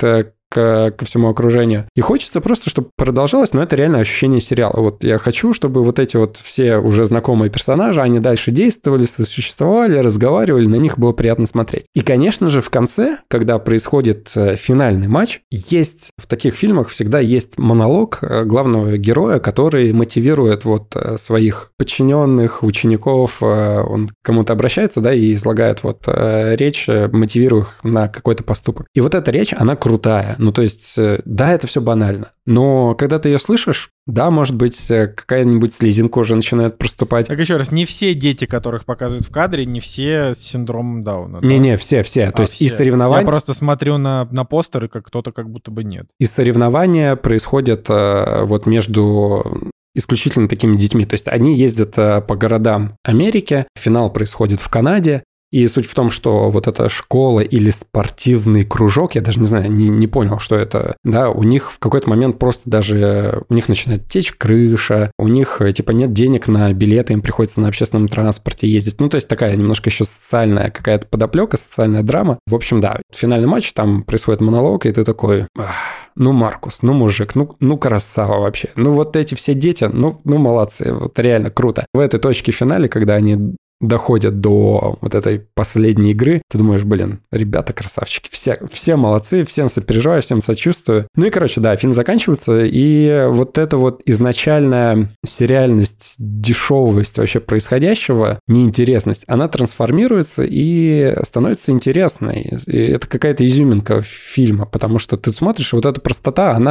S2: ко всему окружению. И хочется просто, чтобы продолжалось, но это реально ощущение сериала. Вот я хочу, чтобы вот эти вот все уже знакомые персонажи, они дальше действовали, существовали, разговаривали, на них было приятно смотреть. И, конечно же, в конце, когда происходит финальный матч, есть в таких фильмах всегда есть монолог главного героя, который мотивирует вот своих подчиненных, учеников, он к кому-то обращается, да, и излагает вот речь, мотивируя их на какой-то поступок. И вот эта речь, она крутая. Ну, то есть, да, это все банально. Но когда ты ее слышишь, да, может быть, какая-нибудь слезинка уже начинает проступать.
S1: Так еще раз, не все дети, которых показывают в кадре, не все с синдромом Дауна.
S2: Не-не, все. То есть
S1: все.
S2: И соревнования...
S1: Я просто смотрю на постеры, как кто-то как будто бы нет.
S2: И соревнования происходят вот между исключительно такими детьми. То есть они ездят по городам Америки, финал происходит в Канаде. И суть в том, что вот эта школа или спортивный кружок, я даже не знаю, не понял, что это, да, у них в какой-то момент просто даже, у них начинает течь крыша, у них, типа, нет денег на билеты, им приходится на общественном транспорте ездить. Ну, то есть такая немножко еще социальная какая-то подоплека, социальная драма. В общем, да, финальный матч, там происходит монолог, и ты такой... Ну, Маркус, ну, мужик, ну, красава вообще. Ну, вот эти все дети, ну, молодцы, вот реально круто. В этой точке в финале, когда они доходят до вот этой последней игры, ты думаешь, блин, ребята красавчики, все молодцы, всем сопереживаю, всем сочувствую. Ну и, короче, да, фильм заканчивается, и вот эта вот изначальная сериальность, дешевость вообще происходящего, неинтересность, она трансформируется и становится интересной. И это какая-то изюминка фильма, потому что ты смотришь, и вот эта простота, она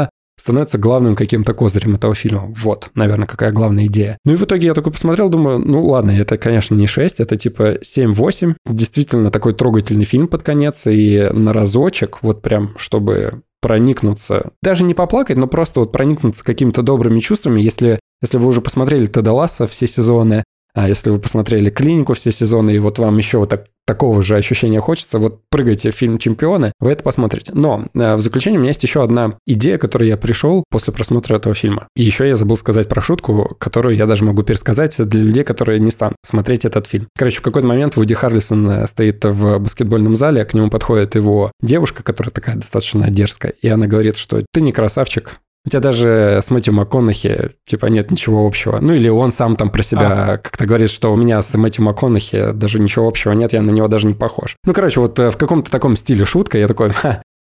S2: становится главным каким-то козырем этого фильма. Вот, наверное, какая главная идея. Ну и в итоге я такой посмотрел, думаю, ну ладно, это, конечно, не 6, это типа 7-8. Действительно такой трогательный фильм под конец, и на разочек, вот прям, чтобы проникнуться, даже не поплакать, но просто вот проникнуться какими-то добрыми чувствами, если вы уже посмотрели Теда Ласса все сезоны, а если вы посмотрели «Клинику» все сезоны, и вот вам еще вот такого же ощущения хочется, вот прыгайте в фильм «Чемпионы», вы это посмотрите. Но в заключение у меня есть еще одна идея, к которой я пришел после просмотра этого фильма. И еще я забыл сказать про шутку, которую я даже могу пересказать для людей, которые не станут смотреть этот фильм. Короче, в какой-то момент Вуди Харрельсон стоит в баскетбольном зале, к нему подходит его девушка, которая такая достаточно дерзкая, и она говорит, что ты не красавчик, у тебя даже с Мэттью МакКонахи, типа, нет ничего общего. Ну, или он сам там про себя как-то говорит, что у меня с Мэттью МакКонахи даже ничего общего нет, я на него даже не похож. Ну, короче, вот в каком-то таком стиле шутка, я такой,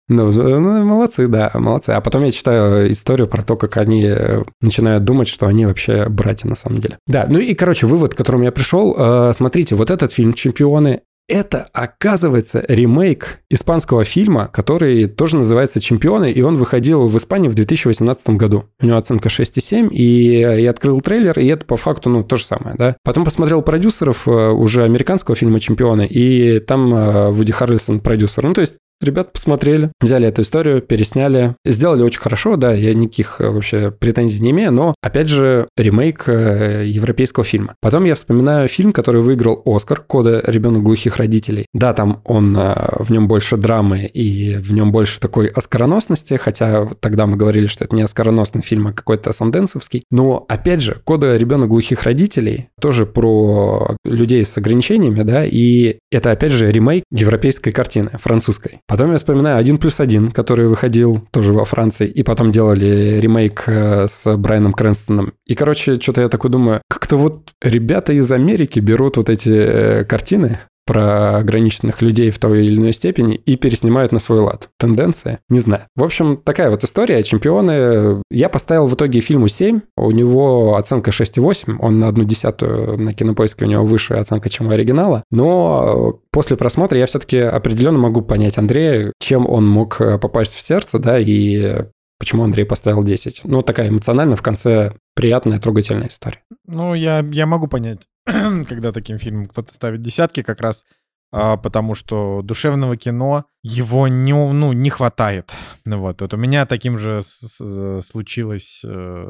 S2: ну, молодцы, да, молодцы. А потом я читаю историю про то, как они начинают думать, что они вообще братья на самом деле. Да, ну и, короче, вывод, к которому я пришел, смотрите, вот этот фильм «Чемпионы», это, оказывается, ремейк испанского фильма, который тоже называется «Чемпионы», и он выходил в Испании в 2018 году. У него оценка 6,7, и я открыл трейлер, и это по факту, ну, то же самое, да. Потом посмотрел продюсеров уже американского фильма «Чемпионы», и там Вуди Харрельсон продюсер. Ну, то есть ребята посмотрели, взяли эту историю, пересняли, сделали очень хорошо, да, я никаких вообще претензий не имею, но, опять же, ремейк европейского фильма. Потом я вспоминаю фильм, который выиграл «Оскар», «Кода. Ребенок глухих родителей». Да, там в нем больше драмы и в нем больше такой оскароносности, хотя тогда мы говорили, что это не оскароносный фильм, а какой-то санденсовский. Но, опять же, «Кода. Ребенок глухих родителей» тоже про людей с ограничениями, да, и это, опять же, ремейк европейской картины, французской. Потом я вспоминаю «1+1», который выходил тоже во Франции, и потом делали ремейк с Брайаном Крэнстоном. И, короче, что-то я такой думаю, как-то вот ребята из Америки берут вот эти картины про ограниченных людей в той или иной степени и переснимают на свой лад. Тенденция? Не знаю. В общем, такая вот история. «Чемпионы». Я поставил в итоге фильму 7. У него оценка 6,8. Он на 1/10 на Кинопоиске, у него выше оценка, чем у оригинала. Но после просмотра я все-таки определенно могу понять Андрея, чем он мог попасть в сердце, да, и почему Андрей поставил 10. Ну, такая эмоционально в конце приятная, трогательная история.
S1: Ну, я могу понять, когда таким фильмом кто-то ставит десятки, как раз потому что душевного кино его не хватает. Вот у меня таким же случилось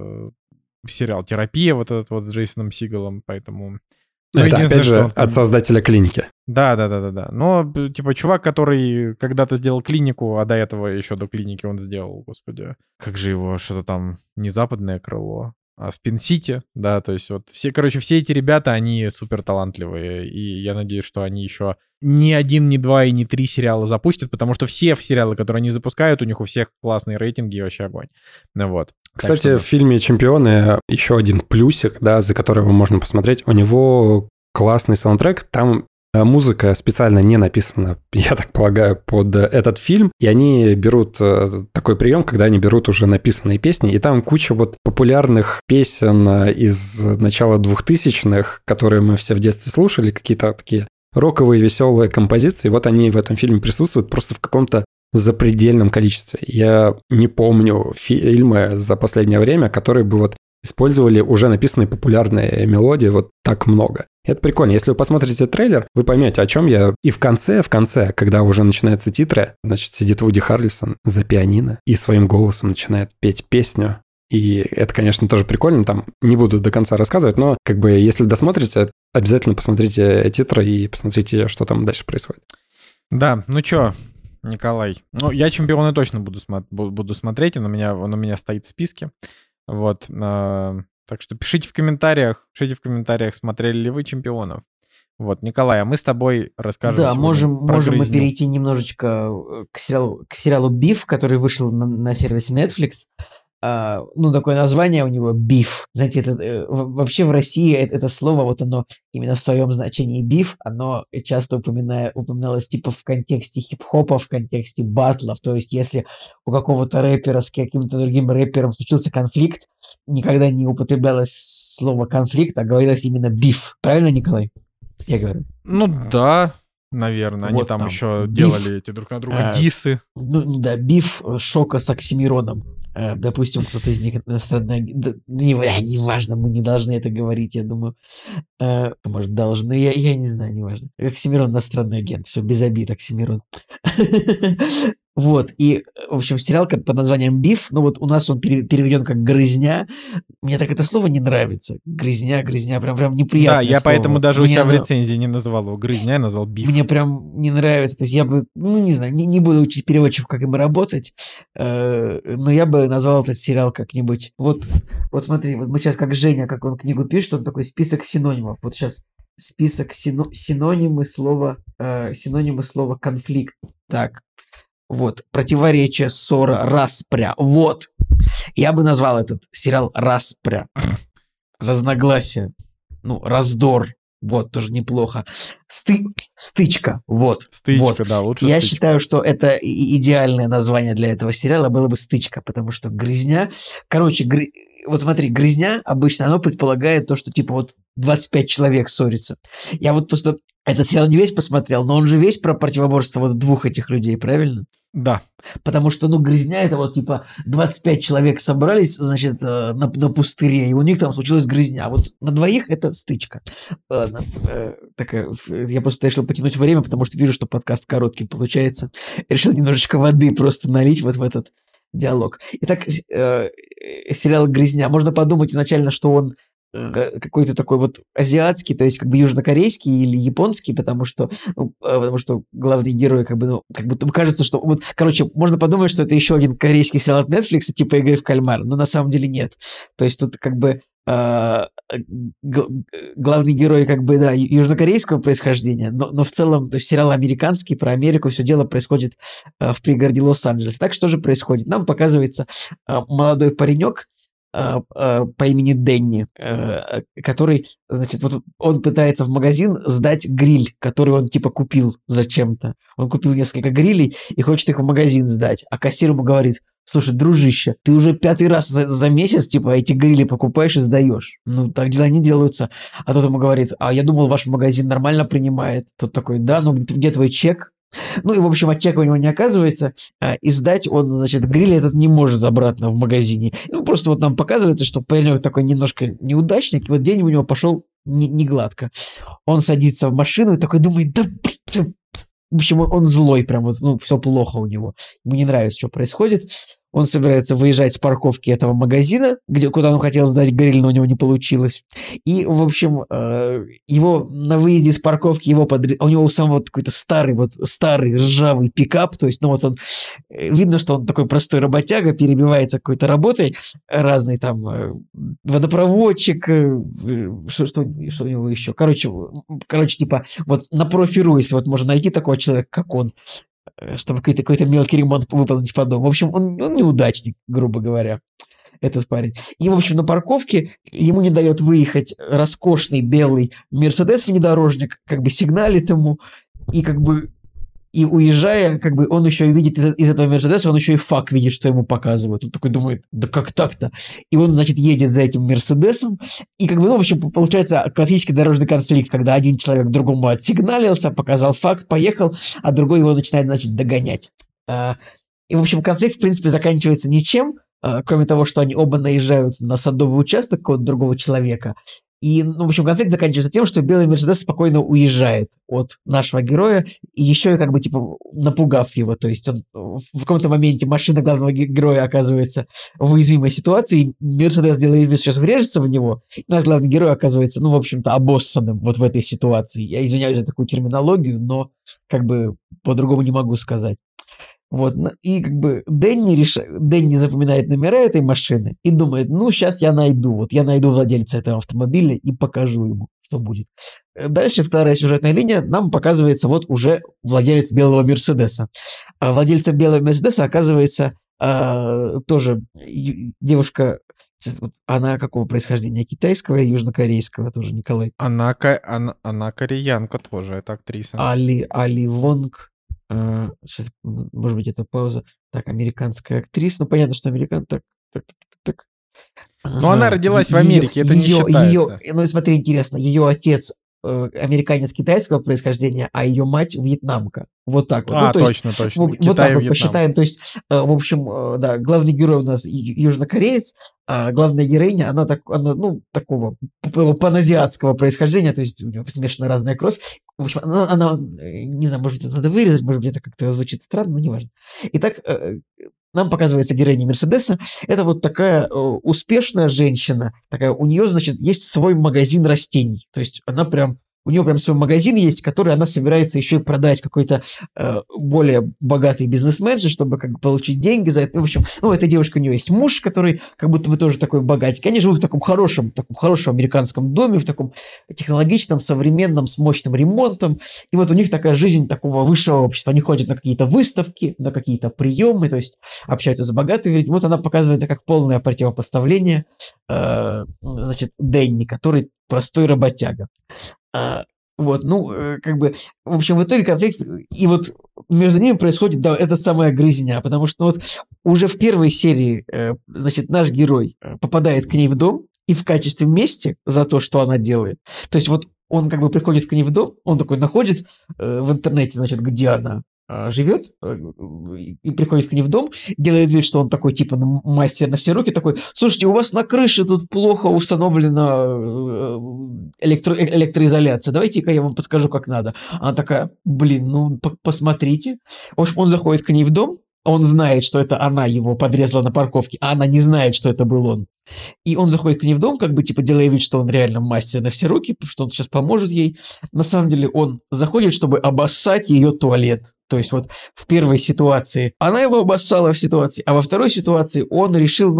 S1: сериал «Терапия», вот этот вот с Джейсоном Сигалом, поэтому...
S2: Ну, это, опять же, от создателя «Клиники».
S1: Да. Но, типа, чувак, который когда-то сделал «Клинику», а до этого еще до «Клиники» он сделал, господи, как же его, что-то там, не «Западное крыло», а «Спин-Сити», да, то есть вот все эти ребята, они супер талантливые, и я надеюсь, что они еще ни 1, ни 2 и ни 3 сериала запустят, потому что все сериалы, которые они запускают, у них у всех классные рейтинги и вообще огонь. Вот.
S2: Кстати, в фильме «Чемпионы» еще один плюсик, да, за который его можно посмотреть, у него классный саундтрек, там музыка специально не написана, я так полагаю, под этот фильм, и они берут такой прием, когда они берут уже написанные песни, и там куча вот популярных песен из начала 2000-х, которые мы все в детстве слушали, какие-то такие роковые, веселые композиции, вот они в этом фильме присутствуют просто в каком-то запредельном количестве. Я не помню фильмы за последнее время, которые бы вот использовали уже написанные популярные мелодии вот так много. Это прикольно. Если вы посмотрите трейлер, вы поймете, о чем я. И в конце, когда уже начинаются титры, значит, сидит Вуди Харрельсон за пианино и своим голосом начинает петь песню. И это, конечно, тоже прикольно. Там не буду до конца рассказывать, но как бы если досмотрите, обязательно посмотрите титры и посмотрите, что там дальше происходит.
S1: Да, ну чё, Николай. Ну, я «Чемпионы» точно буду смотреть, он у меня стоит в списке. Вот, так что пишите в комментариях, смотрели ли вы «Чемпионов». Вот, Николай, а мы с тобой расскажем.
S3: Да, можем мы перейти немножечко к сериалу «Биф», который вышел на сервисе Netflix. Такое название у него «Биф». Знаете, вообще в России это слово, вот оно именно в своем значении «биф», оно часто упоминалось типа в контексте хип-хопа, в контексте баттлов. То есть если у какого-то рэпера с каким-то другим рэпером случился конфликт, никогда не употреблялось слово «конфликт», а говорилось именно «биф». Правильно, Николай? Я говорю.
S1: Ну да, Наверное, они
S3: Вот
S1: там
S3: там
S1: еще
S3: биф,
S1: делали эти друг на друга дисы.
S3: ну да, биф Шока с Оксимироном. Допустим, кто-то из них иностранный агент. Да, неважно, мы не должны это говорить, я думаю. Может, должны, я не знаю, неважно. Оксимирон иностранный агент, все, без обид, Оксимирон. Вот, и, в общем, сериал под названием «Биф», ну вот у нас он переведен как «Грызня». Мне так это слово не нравится. Грызня, прям неприятное
S1: Да, я
S3: слово.
S1: поэтому даже у
S3: Мне
S1: себя в
S3: оно-
S1: рецензии не называл его грызня, я назвал биф.
S3: Мне прям не нравится. То есть я бы, ну не знаю, не буду учить переводчиков, как им работать, но я бы назвал этот сериал как-нибудь. Вот смотри, вот мы сейчас как Женя, как он книгу пишет, он такой список синонимов. Вот сейчас список синонимы слова конфликт. Так, вот, противоречие, ссора, распря. Вот. Я бы назвал этот сериал «Распря». Разногласия. Ну, раздор. Вот, тоже неплохо. Стычка. Вот.
S1: Стычка,
S3: вот.
S1: да, лучше
S3: Я
S1: стычка.
S3: считаю, что это идеальное название для этого сериала было бы «Стычка», потому что грызня... Короче, вот смотри, грызня обычно, оно предполагает то, что типа вот 25 человек ссорится. Я вот просто этот сериал не весь посмотрел, но он же весь про противоборство вот двух этих людей, правильно?
S1: Да.
S3: Потому что, ну, грызня – это вот, типа, 25 человек собрались, значит, на пустыре, и у них там случилась грызня. А вот на двоих – это стычка. Ладно, я просто решил потянуть время, потому что вижу, что подкаст короткий получается. Решил немножечко воды просто налить вот в этот диалог. Итак, сериал «Грызня». Можно подумать изначально, что он какой-то такой вот азиатский, то есть как бы южнокорейский или японский, потому что главный герой как бы кажется, что вот, короче, можно подумать, что это еще один корейский сериал от Netflix, типа «Игры в кальмар», но на самом деле нет. То есть тут как бы главный герой как бы, да, южнокорейского происхождения, но в целом, то есть сериал американский, про Америку, все дело происходит в пригороде Лос-Анджелес. Так что же происходит? Нам показывается молодой паренек, по имени Дэнни, который, значит, вот он пытается в магазин сдать гриль, который он типа купил зачем-то. Он купил несколько грилей и хочет их в магазин сдать. А кассир ему говорит: слушай, дружище, ты уже 5-й раз за месяц типа эти грили покупаешь и сдаешь. Ну, так дела не делаются. А тот ему говорит: а я думал, ваш магазин нормально принимает. Тот такой: да, ну где твой чек? Ну и, в общем, от чека у него не оказывается. И сдать он, значит, гриль этот не может обратно в магазине. Ну, просто вот нам показывается, что паренек такой немножко неудачник, и вот день у него пошел не гладко. Он садится в машину и такой думает: да... В общем, он злой, прям вот, ну, все плохо у него. Ему не нравится, что происходит. Он собирается выезжать с парковки этого магазина, куда он хотел сдать гриль, но у него не получилось. И, в общем, его на выезде с парковки, у него у самого какой-то старый ржавый пикап, то есть, ну, вот он, видно, что он такой простой работяга, перебивается какой-то работой разной, там, водопроводчик, что у него еще? Короче, типа, вот на профи.ру, если вот можно найти такого человека, как он, чтобы какой-то мелкий ремонт выполнить по дому. В общем, он неудачник, грубо говоря, этот парень. И, в общем, на парковке ему не дает выехать роскошный белый Мерседес-внедорожник, как бы сигналит ему, и как бы и уезжая, как бы он еще видит из этого Мерседеса, он еще и фак видит, что ему показывают. Он такой думает: да как так-то? И он, значит, едет за этим Мерседесом, и как бы, ну, в общем, получается классический дорожный конфликт, когда один человек другому отсигналился, показал факт, поехал, а другой его начинает, значит, догонять. И, в общем, конфликт, в принципе, заканчивается ничем, кроме того, что они оба наезжают на садовый участок какого-то другого человека. И, ну, в общем, конфликт заканчивается тем, что белый Мерседес спокойно уезжает от нашего героя, и еще и как бы, типа, напугав его. То есть он в каком-то моменте машина главного героя оказывается в уязвимой ситуации, Мерседес делает вид, что сейчас врежется в него, и наш главный герой оказывается, ну, в общем-то, обоссанным вот в этой ситуации. Я извиняюсь за такую терминологию, но как бы по-другому не могу сказать. Вот, и как бы Дэнни запоминает номера этой машины и думает: ну, сейчас я найду владельца этого автомобиля и покажу ему, что будет. Дальше вторая сюжетная линия, нам показывается вот уже владелец белого Мерседеса. А владельцем белого Мерседеса оказывается тоже девушка. Она какого происхождения? Китайского или южнокорейского тоже, Николай?
S1: Она кореянка тоже, это актриса.
S3: Али Вонг. Сейчас, может быть, это пауза. Так, американская актриса. Ну, понятно, что американ. Так.
S1: Но она родилась в Америке, это не считается.
S3: Ну, и смотри, интересно. Ее отец американец китайского происхождения, а ее мать вьетнамка. Вот так вот. Ну, то есть,
S1: точно.
S3: вот
S1: Китай
S3: так
S1: и
S3: вот
S1: Вьетнам.
S3: посчитаем. То есть, в общем, да, главный герой у нас южнокореец, а главная героиня, она такого паназиатского происхождения, то есть у нее смешана разная кровь. В общем, она, не знаю, может быть, это надо вырезать, может быть, это как-то звучит странно, но неважно. Итак, нам показывается героиня Мерседеса. Это вот такая успешная женщина. Такая, у нее, значит, есть свой магазин растений. То есть она прям... У нее прям свой магазин есть, который она собирается еще и продать какой-то более богатый бизнесменше, чтобы как бы получить деньги за это. В общем, эта девушка, у нее есть муж, который как будто бы тоже такой богатик. Они живут в таком хорошем американском доме, в таком технологичном, современном, с мощным ремонтом. И вот у них такая жизнь такого высшего общества. Они ходят на какие-то выставки, на какие-то приемы, то есть общаются с богатыми людьми. Вот она показывается как полное противопоставление, значит, Дэнни, который простой работяга. Вот, как бы, в общем, в итоге конфликт, и вот между ними происходит, да, эта самая грызня, потому что вот уже в первой серии, значит, наш герой попадает к ней в дом, и в качестве мести за то, что она делает, то есть вот он как бы приходит к ней в дом, он такой находит в интернете, значит, где она живет, и приходит к ней в дом, делает вид, что он такой, типа, мастер на все руки, такой: слушайте, у вас на крыше тут плохо установлена электроизоляция, давайте-ка я вам подскажу, как надо. Она такая: блин, посмотрите. В общем, он заходит к ней в дом, он знает, что это она его подрезала на парковке, а она не знает, что это был он. И он заходит к ней в дом, как бы, типа, делая вид, что он реально мастер на все руки, что он сейчас поможет ей. На самом деле он заходит, чтобы обоссать ее туалет. То есть вот в первой ситуации она его обоссала в ситуации, а во второй ситуации он решил,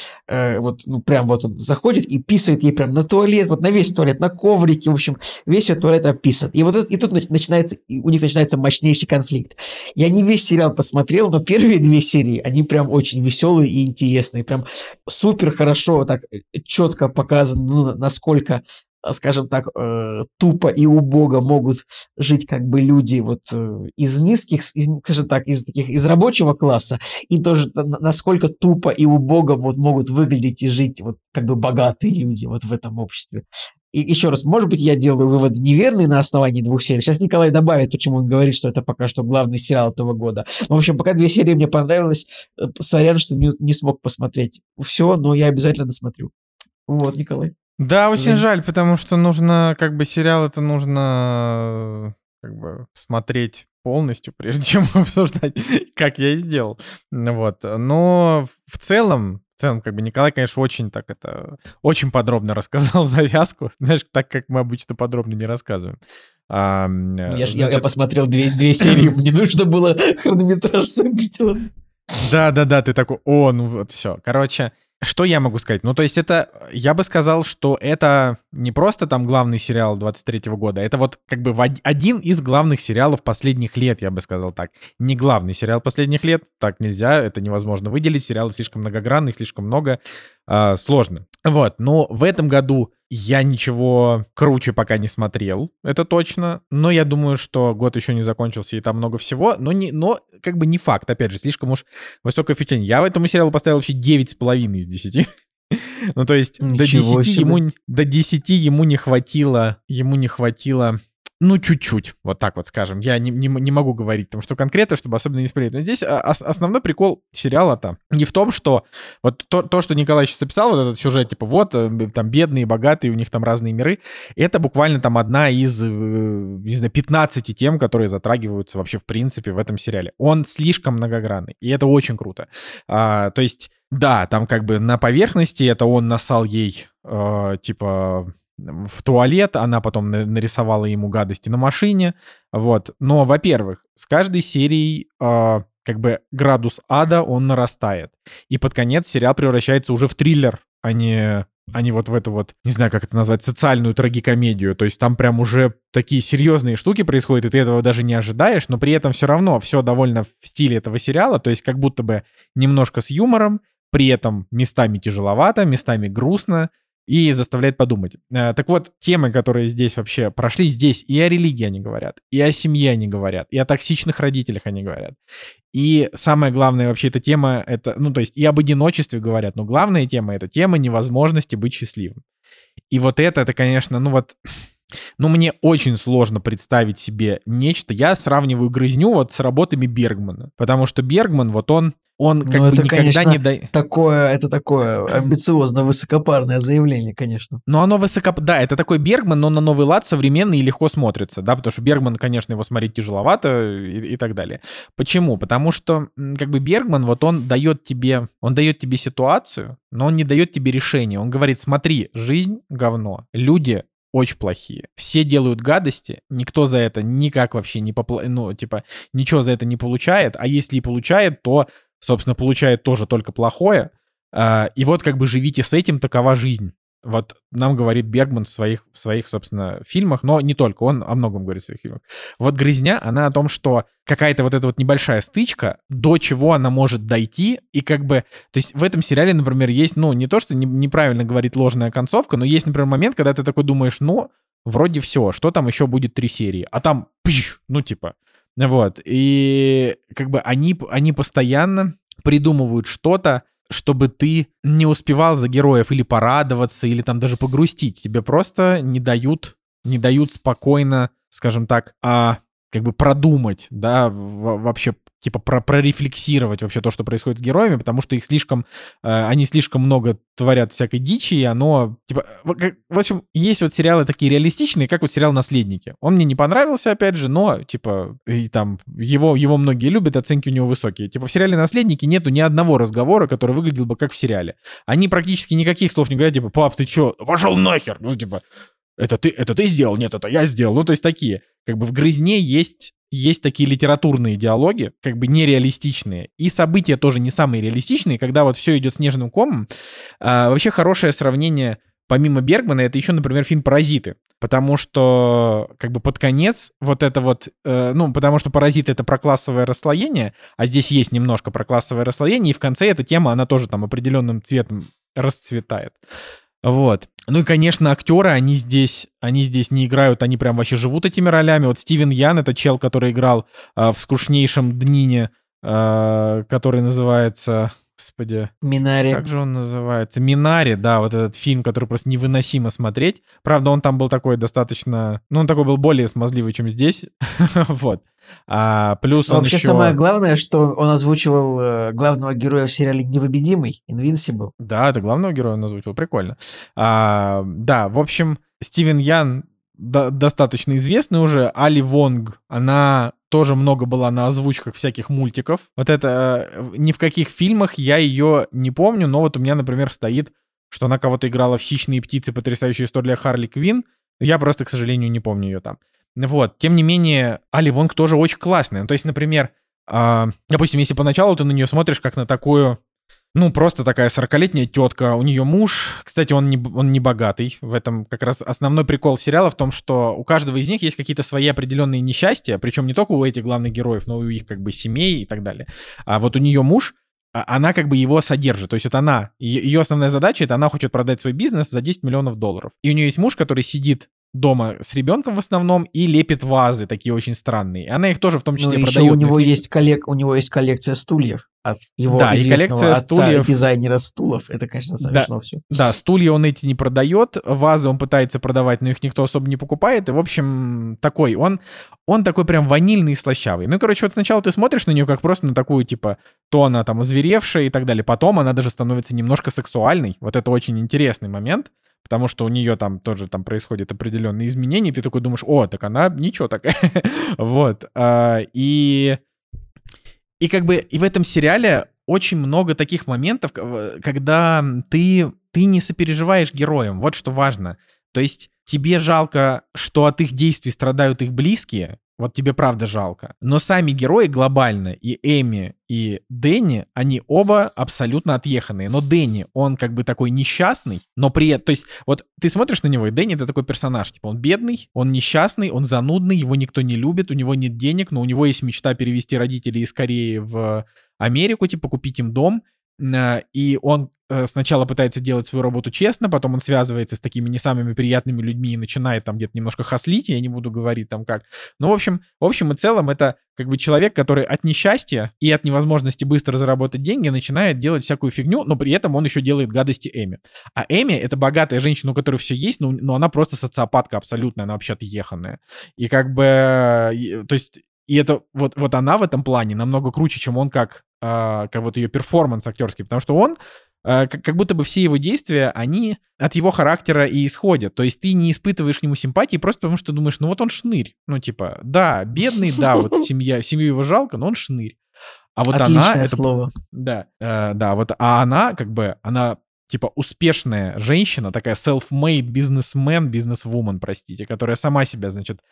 S3: прям вот он заходит и писает ей прям на туалет, вот на весь туалет, на коврике, в общем, весь ее туалет описан. И вот и тут у них начинается мощнейший конфликт. Я не весь сериал посмотрел, но первые 2 серии, они прям очень веселые и интересные, прям супер хорошо, так четко показано, насколько, скажем так, тупо и убого могут жить как бы люди вот из низких, скажем так, из рабочего класса, и тоже насколько тупо и убого вот могут выглядеть и жить вот как бы богатые люди вот в этом обществе. И еще раз, может быть, я делаю вывод неверный на основании 2 серий. Сейчас Николай добавит, почему он говорит, что это пока что главный сериал этого года. В общем, пока 2 серии мне понравилось. Сорян, что не смог посмотреть все, но я обязательно досмотрю. Вот, Николай.
S1: Да, очень жаль, потому что нужно, как бы, сериал это нужно, как бы, смотреть полностью, прежде чем обсуждать, как я и сделал. Вот. Но в целом, как бы, Николай, конечно, очень подробно рассказал завязку, знаешь, так, как мы обычно подробно не рассказываем.
S3: Я посмотрел 2 серии, мне нужно было хронометраж забить.
S1: Да, ты такой: вот все. Короче, что я могу сказать? Ну, то есть я бы сказал, что это не просто там главный сериал 23-го года, это вот как бы один из главных сериалов последних лет, я бы сказал так. Не главный сериал последних лет, так нельзя, это невозможно выделить, сериалы слишком многогранных, слишком много, сложно. Вот, но в этом году я ничего круче пока не смотрел, это точно, но я думаю, что год еще не закончился, и там много всего, но как бы не факт, опять же, слишком уж высокое впечатление. Я этому сериалу поставил вообще 9,5 из 10. Ну, то есть до 10 ему не хватило, ну, чуть-чуть, вот так вот скажем. Я не могу говорить там, что конкретно, чтобы особенно не спорить. Но здесь основной прикол сериала-то не в том, что вот то, что Николай сейчас описал, вот этот сюжет, типа, вот, там, бедные, богатые, у них там разные миры, это буквально там одна из, не знаю, 15 тем, которые затрагиваются вообще в принципе в этом сериале. Он слишком многогранный, и это очень круто. То есть, да, там как бы на поверхности это он нассал ей, типа, в туалет, она потом нарисовала ему гадости на машине, вот. Но, во-первых, с каждой серией как бы градус ада, он нарастает. И под конец сериал превращается уже в триллер, а не вот в эту вот, не знаю, как это назвать, социальную трагикомедию. То есть там прям уже такие серьезные штуки происходят, и ты этого даже не ожидаешь, но при этом все равно все довольно в стиле этого сериала, то есть как будто бы немножко с юмором, при этом местами тяжеловато, местами грустно, и заставляет подумать. Так вот, темы, которые здесь вообще прошли, здесь и о религии они говорят, и о семье они говорят, и о токсичных родителях они говорят. И самая главная вообще эта тема, это, ну, то есть и об одиночестве говорят, но главная тема — это тема невозможности быть счастливым. И вот это, конечно, ну вот, Ну, мне очень сложно представить себе нечто. Я сравниваю «Грызню» вот с работами Бергмана, потому что Бергман, вот он как
S3: Ну,
S1: бы
S3: это,
S1: никогда
S3: конечно,
S1: не дает...
S3: это такое амбициозно высокопарное заявление, конечно.
S1: Но оно Да, это такой Бергман, но на новый лад современный и легко смотрится, да, потому что Бергман, конечно, его смотреть тяжеловато и так далее. Почему? Потому что как бы Бергман, вот он дает тебе ситуацию, но он не дает тебе решение. Он говорит: смотри, жизнь — говно, люди очень плохие, все делают гадости, никто за это никак вообще ничего за это не получает, а если и получает, то, собственно, получает тоже только плохое. И вот как бы живите с этим, такова жизнь. Вот нам говорит Бергман в своих, собственно, фильмах, но не только, он о многом говорит в своих фильмах. Вот «Грызня», она о том, что какая-то вот эта вот небольшая стычка, до чего она может дойти, и как бы... То есть в этом сериале, например, есть, не то, что неправильно говорит ложная концовка, но есть, например, момент, когда ты такой думаешь, вроде все, что там еще будет 3 серии, а там, вот. И как бы они постоянно придумывают что-то, чтобы ты не успевал за героев или порадоваться, или там даже погрустить. Тебе просто не дают спокойно, скажем так, как бы продумать, да, вообще, типа прорефлексировать вообще то, что происходит с героями, потому что они слишком много творят всякой дичи, и оно, типа, в общем, есть вот сериалы такие реалистичные, как вот сериал «Наследники». Он мне не понравился, опять же, но, типа, и там, его многие любят, оценки у него высокие. Типа, в сериале «Наследники» нету ни одного разговора, который выглядел бы как в сериале. Они практически никаких слов не говорят, типа: пап, ты чё, пошел нахер, типа... Это ты сделал? Нет, это я сделал. То есть такие. Как бы в «Грызне» есть такие литературные диалоги, как бы нереалистичные. И события тоже не самые реалистичные, когда вот все идет снежным комом. Вообще хорошее сравнение, помимо Бергмана, это еще, например, фильм «Паразиты». Потому что как бы под конец вот это вот... потому что «Паразиты» — это про классовое расслоение, а здесь есть немножко про классовое расслоение, и в конце эта тема, она тоже там определенным цветом расцветает. Вот. Ну и, конечно, актеры, они здесь не играют, они прям вообще живут этими ролями. Вот Стивен Ян — это чел, который играл в «Скучнейшем днине», который называется... Господи.
S3: «Минари».
S1: Как же он называется? «Минари», да, вот этот фильм, который просто невыносимо смотреть. Правда, он там был такой достаточно... он такой был более смазливый, чем здесь. Вот. Плюс он
S3: Вообще,
S1: еще...
S3: самое главное, что он озвучивал главного героя в сериале «Невобедимый», Invincible.
S1: Да, это главного героя он озвучил, прикольно. Да, в общем, Стивен Ян достаточно известный уже. Али Вонг, она тоже много была на озвучках всяких мультиков. Вот это ни в каких фильмах я ее не помню, но вот у меня, например, стоит, что она кого-то играла в «Хищные птицы. Потрясающая история Харли Квинн». Я просто, к сожалению, не помню ее там. Вот, тем не менее, Али Вонг тоже очень классная. То есть, например, допустим, если поначалу ты на нее смотришь как на такую... просто такая 40-летняя тетка, у нее муж, кстати, он не богатый, в этом как раз основной прикол сериала в том, что у каждого из них есть какие-то свои определенные несчастья, причем не только у этих главных героев, но и у их как бы семей и так далее. А вот у нее муж, она как бы его содержит, то есть это ее основная задача — это она хочет продать свой бизнес за $10 миллионов. И у нее есть муж, который сидит дома с ребенком в основном и лепит вазы такие очень странные. И она их тоже в том числе продает.
S3: У него есть коллекция стульев от его
S1: да,
S3: известного
S1: и коллекция
S3: отца,
S1: стульев...
S3: дизайнера стулов. Это, конечно, смешно все.
S1: Да, стулья он эти не продает, вазы он пытается продавать, но их никто особо не покупает. И, в общем, такой, он такой прям ванильный и слащавый. Вот сначала ты смотришь на нее как просто на такую, типа, то она там озверевшая и так далее. Потом она даже становится немножко сексуальной. Вот это очень интересный момент. Потому что у нее там тоже там происходят определенные изменения, и ты такой думаешь: так она ничего такая. Вот. И как бы и в этом сериале очень много таких моментов, когда ты не сопереживаешь героям. Вот что важно. То есть тебе жалко, что от их действий страдают их близкие. Вот тебе правда жалко. Но сами герои глобально, и Эми, и Дэнни, они оба абсолютно отъеханные. Но Дэнни, он как бы такой несчастный, но при этом... То есть вот ты смотришь на него, и Дэнни — это такой персонаж. Типа он бедный, он несчастный, он занудный, его никто не любит, у него нет денег, но у него есть мечта перевести родителей из Кореи в Америку, типа купить им дом. и он сначала пытается делать свою работу честно, потом он связывается с такими не самыми приятными людьми и начинает там где-то немножко хаслить, я не буду говорить там как. Но в общем и целом это как бы человек, который от несчастья и от невозможности быстро заработать деньги начинает делать всякую фигню, но при этом он еще делает гадости Эми. А Эми — это богатая женщина, у которой все есть, но она просто социопатка абсолютная, она вообще отъеханная. И как бы, то есть, и это вот она в этом плане намного круче, чем он как вот ее перформанс актерский, потому что он как будто бы все его действия, они от его характера и исходят. То есть ты не испытываешь к нему симпатии просто потому, что думаешь, ну вот он шнырь. Ну типа, да, бедный, да, вот семью его жалко, но он шнырь. А вот
S3: Отличное
S1: она...
S3: слово.
S1: Да, вот, а она как бы, она типа успешная женщина, такая self-made бизнесмен, бизнесвумен, простите, которая сама себя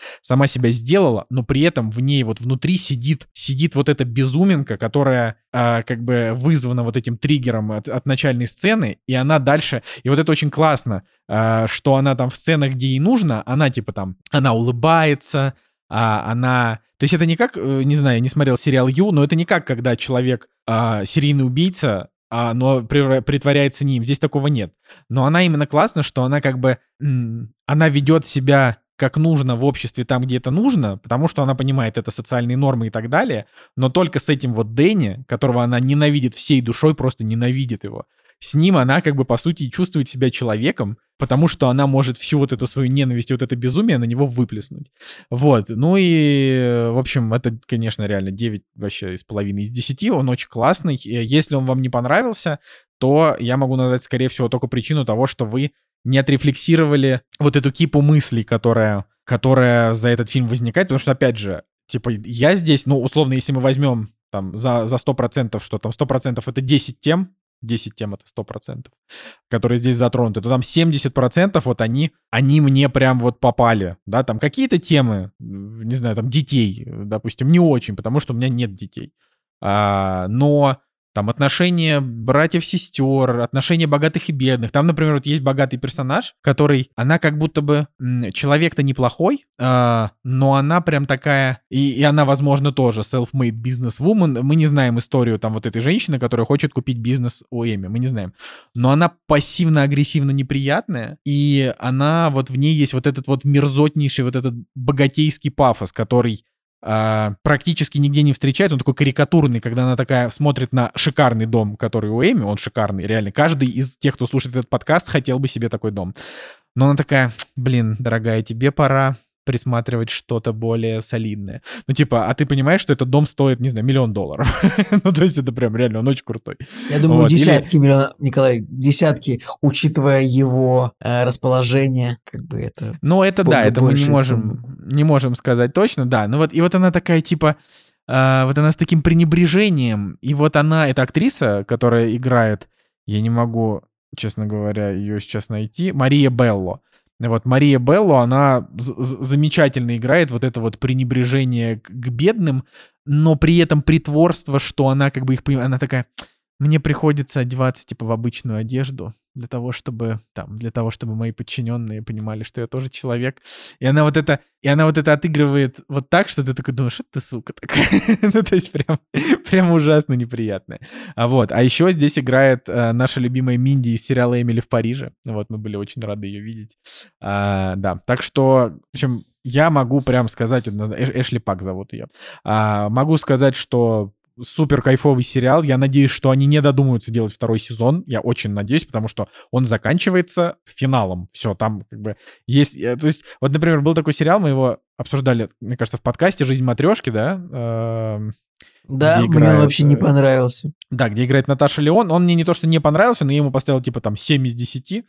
S1: сделала, но при этом в ней вот внутри сидит вот эта безуменка, которая как бы вызвана вот этим триггером от начальной сцены, и она дальше, и вот это очень классно, что она там в сценах, где ей нужно, она типа там, она улыбается, она... То есть это не как, не знаю, я не смотрел сериал «Ю», но это не как, когда человек серийный убийца, но притворяется ним. Здесь такого нет. Но она именно классно, что она как бы... Она ведет себя как нужно в обществе там, где это нужно, потому что она понимает это социальные нормы и так далее, но только с этим вот Дэнни, которого она ненавидит всей душой, просто ненавидит его, с ним она как бы по сути чувствует себя человеком, потому что она может всю вот эту свою ненависть и вот это безумие на него выплеснуть. Вот. Ну и, в общем, это, конечно, реально 9 вообще из половины из 10. Он очень классный. Если он вам не понравился, то я могу назвать, скорее всего, только причину того, что вы не отрефлексировали вот эту кипу мыслей, которая за этот фильм возникает. Потому что, опять же, типа, я здесь, ну, условно, если мы возьмем там за 100%, что там 100% это 10 тем, 10 тем — это 100%, которые здесь затронуты, то там 70% вот они мне прям вот попали, да, там какие-то темы, не знаю, там детей, допустим, не очень, потому что у меня нет детей, но там отношения братьев-сестер, отношения богатых и бедных. Там, например, вот есть богатый персонаж, который, она как будто бы человек-то неплохой, но она прям такая, и она, возможно, тоже self-made businesswoman. Мы не знаем историю там вот этой женщины, которая хочет купить бизнес у Эми, мы не знаем. Но она пассивно-агрессивно неприятная, и она вот в ней есть вот этот вот мерзотнейший, вот этот богатейский пафос, который практически нигде не встречается, он такой карикатурный, когда она такая смотрит на шикарный дом, который у Эми, он шикарный, реально. Каждый из тех, кто слушает этот подкаст, хотел бы себе такой дом. Но она такая, блин, дорогая, тебе пора присматривать что-то более солидное. Ну, типа, а ты понимаешь, что этот дом стоит, не знаю, $1 000 000. Ну, то есть это прям реально, он очень крутой.
S3: Я думаю, десятки миллионов, Николай, десятки, учитывая его расположение, как бы это...
S1: Ну, это да, это мы не можем сказать точно, да. Ну, вот, и вот она такая, типа, вот она с таким пренебрежением, и вот она, эта актриса, которая играет, я не могу, честно говоря, ее сейчас найти, Мария Белло. Вот Мария Белло, она замечательно играет вот это вот пренебрежение к бедным, но при этом притворство, что она как бы их понимает. Она такая, мне приходится одеваться типа в обычную одежду для того, чтобы мои подчиненные понимали, что я тоже человек. И она вот это отыгрывает вот так, что ты такой думаешь, что ты сука такая. Ну, то есть прям ужасно неприятная. А еще здесь играет наша любимая Минди из сериала «Эмили в Париже». Вот, мы были очень рады ее видеть. Да, так что, в общем, я могу прям сказать, Эшли Пак зовут ее, могу сказать, что супер кайфовый сериал. Я надеюсь, что они не додумаются делать второй сезон. Я очень надеюсь, потому что он заканчивается финалом. Все, там как бы есть... То есть, вот, например, был такой сериал, мы его обсуждали, мне кажется, в подкасте «Жизнь матрешки», да?
S3: Да, мне он вообще не понравился.
S1: Да, где играет Наташа Леон. Он мне не то, что не понравился, но я ему поставил типа там 7 из 10.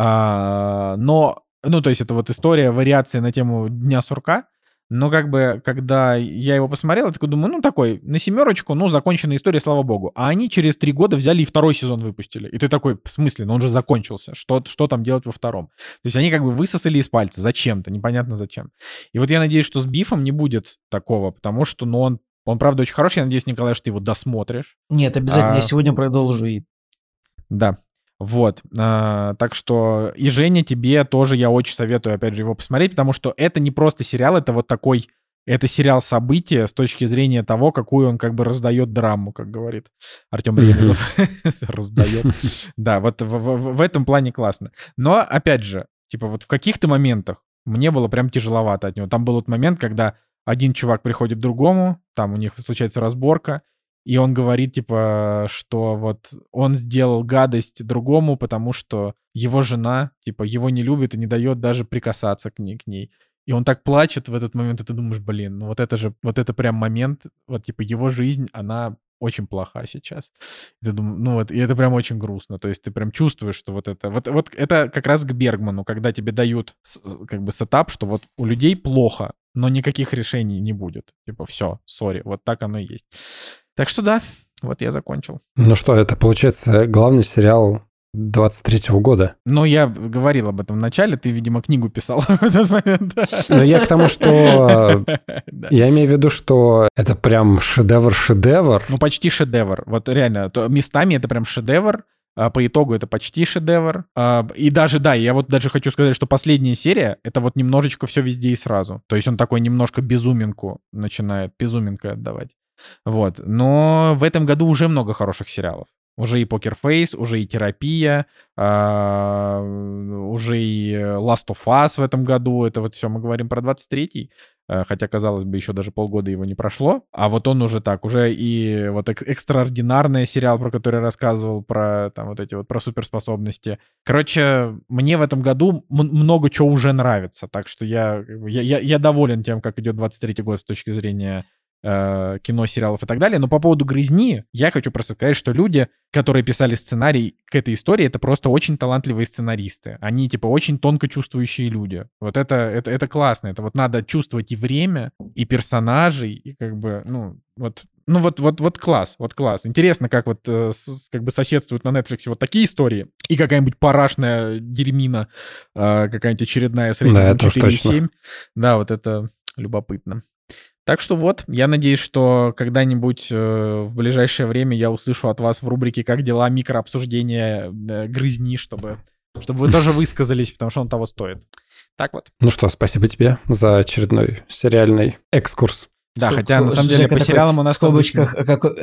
S1: Но, ну, то есть это вот история, вариация на тему Дня сурка. Но как бы, когда я его посмотрел, я такой думаю, ну такой, на 7, ну законченная история, слава богу. А они через 3 года взяли и второй сезон выпустили. И ты такой, в смысле, ну он же закончился, что там делать во втором? То есть они как бы высосали из пальца зачем-то, непонятно зачем. И вот я надеюсь, что с Бифом не будет такого, потому что, ну он правда очень хороший, я надеюсь, Николай, что ты его досмотришь.
S3: Нет, обязательно, я сегодня продолжу.
S1: Да. Вот, так что и Женя, тебе тоже я очень советую, опять же, его посмотреть, потому что это не просто сериал, это вот такой, это сериал события с точки зрения того, какую он как бы раздает драму, как говорит Артем Ремезов. Раздает. Да, вот в этом плане классно. Но, опять же, типа вот в каких-то моментах мне было прям тяжеловато от него. Там был вот момент, когда один чувак приходит к другому, там у них случается разборка, и он говорит, типа, что вот он сделал гадость другому, потому что его жена, типа, его не любит и не дает даже прикасаться к ней. И он так плачет в этот момент, и ты думаешь, блин, ну вот это прям момент, вот типа его жизнь, она очень плоха сейчас. И ты думаешь, ну вот, и это прям очень грустно. То есть ты прям чувствуешь, что вот это как раз к Бергману, когда тебе дают как бы сетап, что вот у людей плохо, но никаких решений не будет. Типа, все, сори, вот так оно и есть. Так что да, вот я закончил.
S2: Ну что, это получается главный сериал 23-го года.
S1: Ну, я говорил об этом в начале, ты, видимо, книгу писал в этот момент.
S2: Но я к тому, что... Я имею в виду, что это прям шедевр.
S1: Ну, почти шедевр. Вот реально, местами это прям шедевр. По итогу это почти шедевр. И даже, да, я вот даже хочу сказать, что последняя серия — это вот немножечко все везде и сразу. То есть он такой немножко безуминку начинает, безуминкой отдавать. Вот. Но в этом году уже много хороших сериалов. Уже и Poker Face, уже и Терапия, уже и Last of Us в этом году. Это вот все мы говорим про 23-й. Хотя, казалось бы, еще даже полгода его не прошло. А вот он уже так, уже и вот экстраординарный сериал, про который я рассказывал, про там вот эти вот, про суперспособности. Короче, мне в этом году много чего уже нравится. Так что я доволен тем, как идет 23-й год с точки зрения кино, сериалов и так далее. Но по поводу «Грызни» я хочу просто сказать, что люди, которые писали сценарий к этой истории, это просто очень талантливые сценаристы. Они, типа, очень тонко чувствующие люди. Вот это классно. Это вот надо чувствовать и время, и персонажей, и как бы, вот класс, вот класс. Интересно, как вот как бы соседствуют на Netflix вот такие истории, и какая-нибудь парашная дерьмина, какая-нибудь очередная с рейтингом 4,7. Да, вот это любопытно. Так что вот, я надеюсь, что когда-нибудь в ближайшее время я услышу от вас в рубрике «Как дела?» микрообсуждения «Грызни», чтобы вы тоже высказались, потому что он того стоит. Так вот.
S2: Ну что, спасибо тебе за очередной сериальный экскурс.
S1: Да, хотя на самом деле
S3: Жека
S1: по сериалам у нас...
S3: В скобочках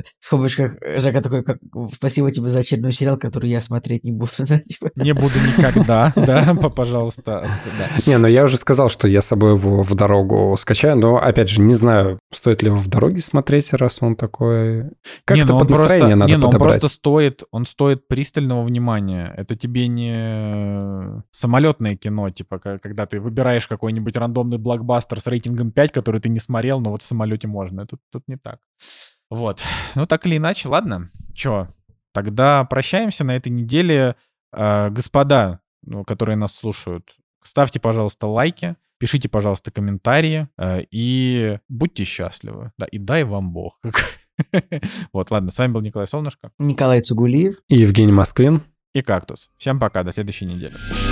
S3: Жека такой, спасибо тебе за очередной сериал, который я смотреть не буду.
S1: Не буду никогда, да, пожалуйста.
S2: Не, ну я уже сказал, что я с собой его в дорогу скачаю, но, опять же, не знаю, стоит ли его в дороге смотреть, раз он такой... Как-то под настроение надо подобрать.
S1: Он стоит пристального внимания. Это тебе не самолетное кино, типа, когда ты выбираешь какой-нибудь рандомный блокбастер с рейтингом 5, который ты не смотрел, но вот в самолете можно. Тут не так. Вот. Ну, так или иначе, ладно. Чё, тогда прощаемся на этой неделе. Господа, которые нас слушают, ставьте, пожалуйста, лайки, пишите, пожалуйста, комментарии и будьте счастливы. Да, и дай вам Бог. Вот, ладно, с вами был Николай Солнышко.
S3: Николай Цугулиев.
S2: И Евгений Москвин.
S1: И Кактус. Всем пока, до следующей недели.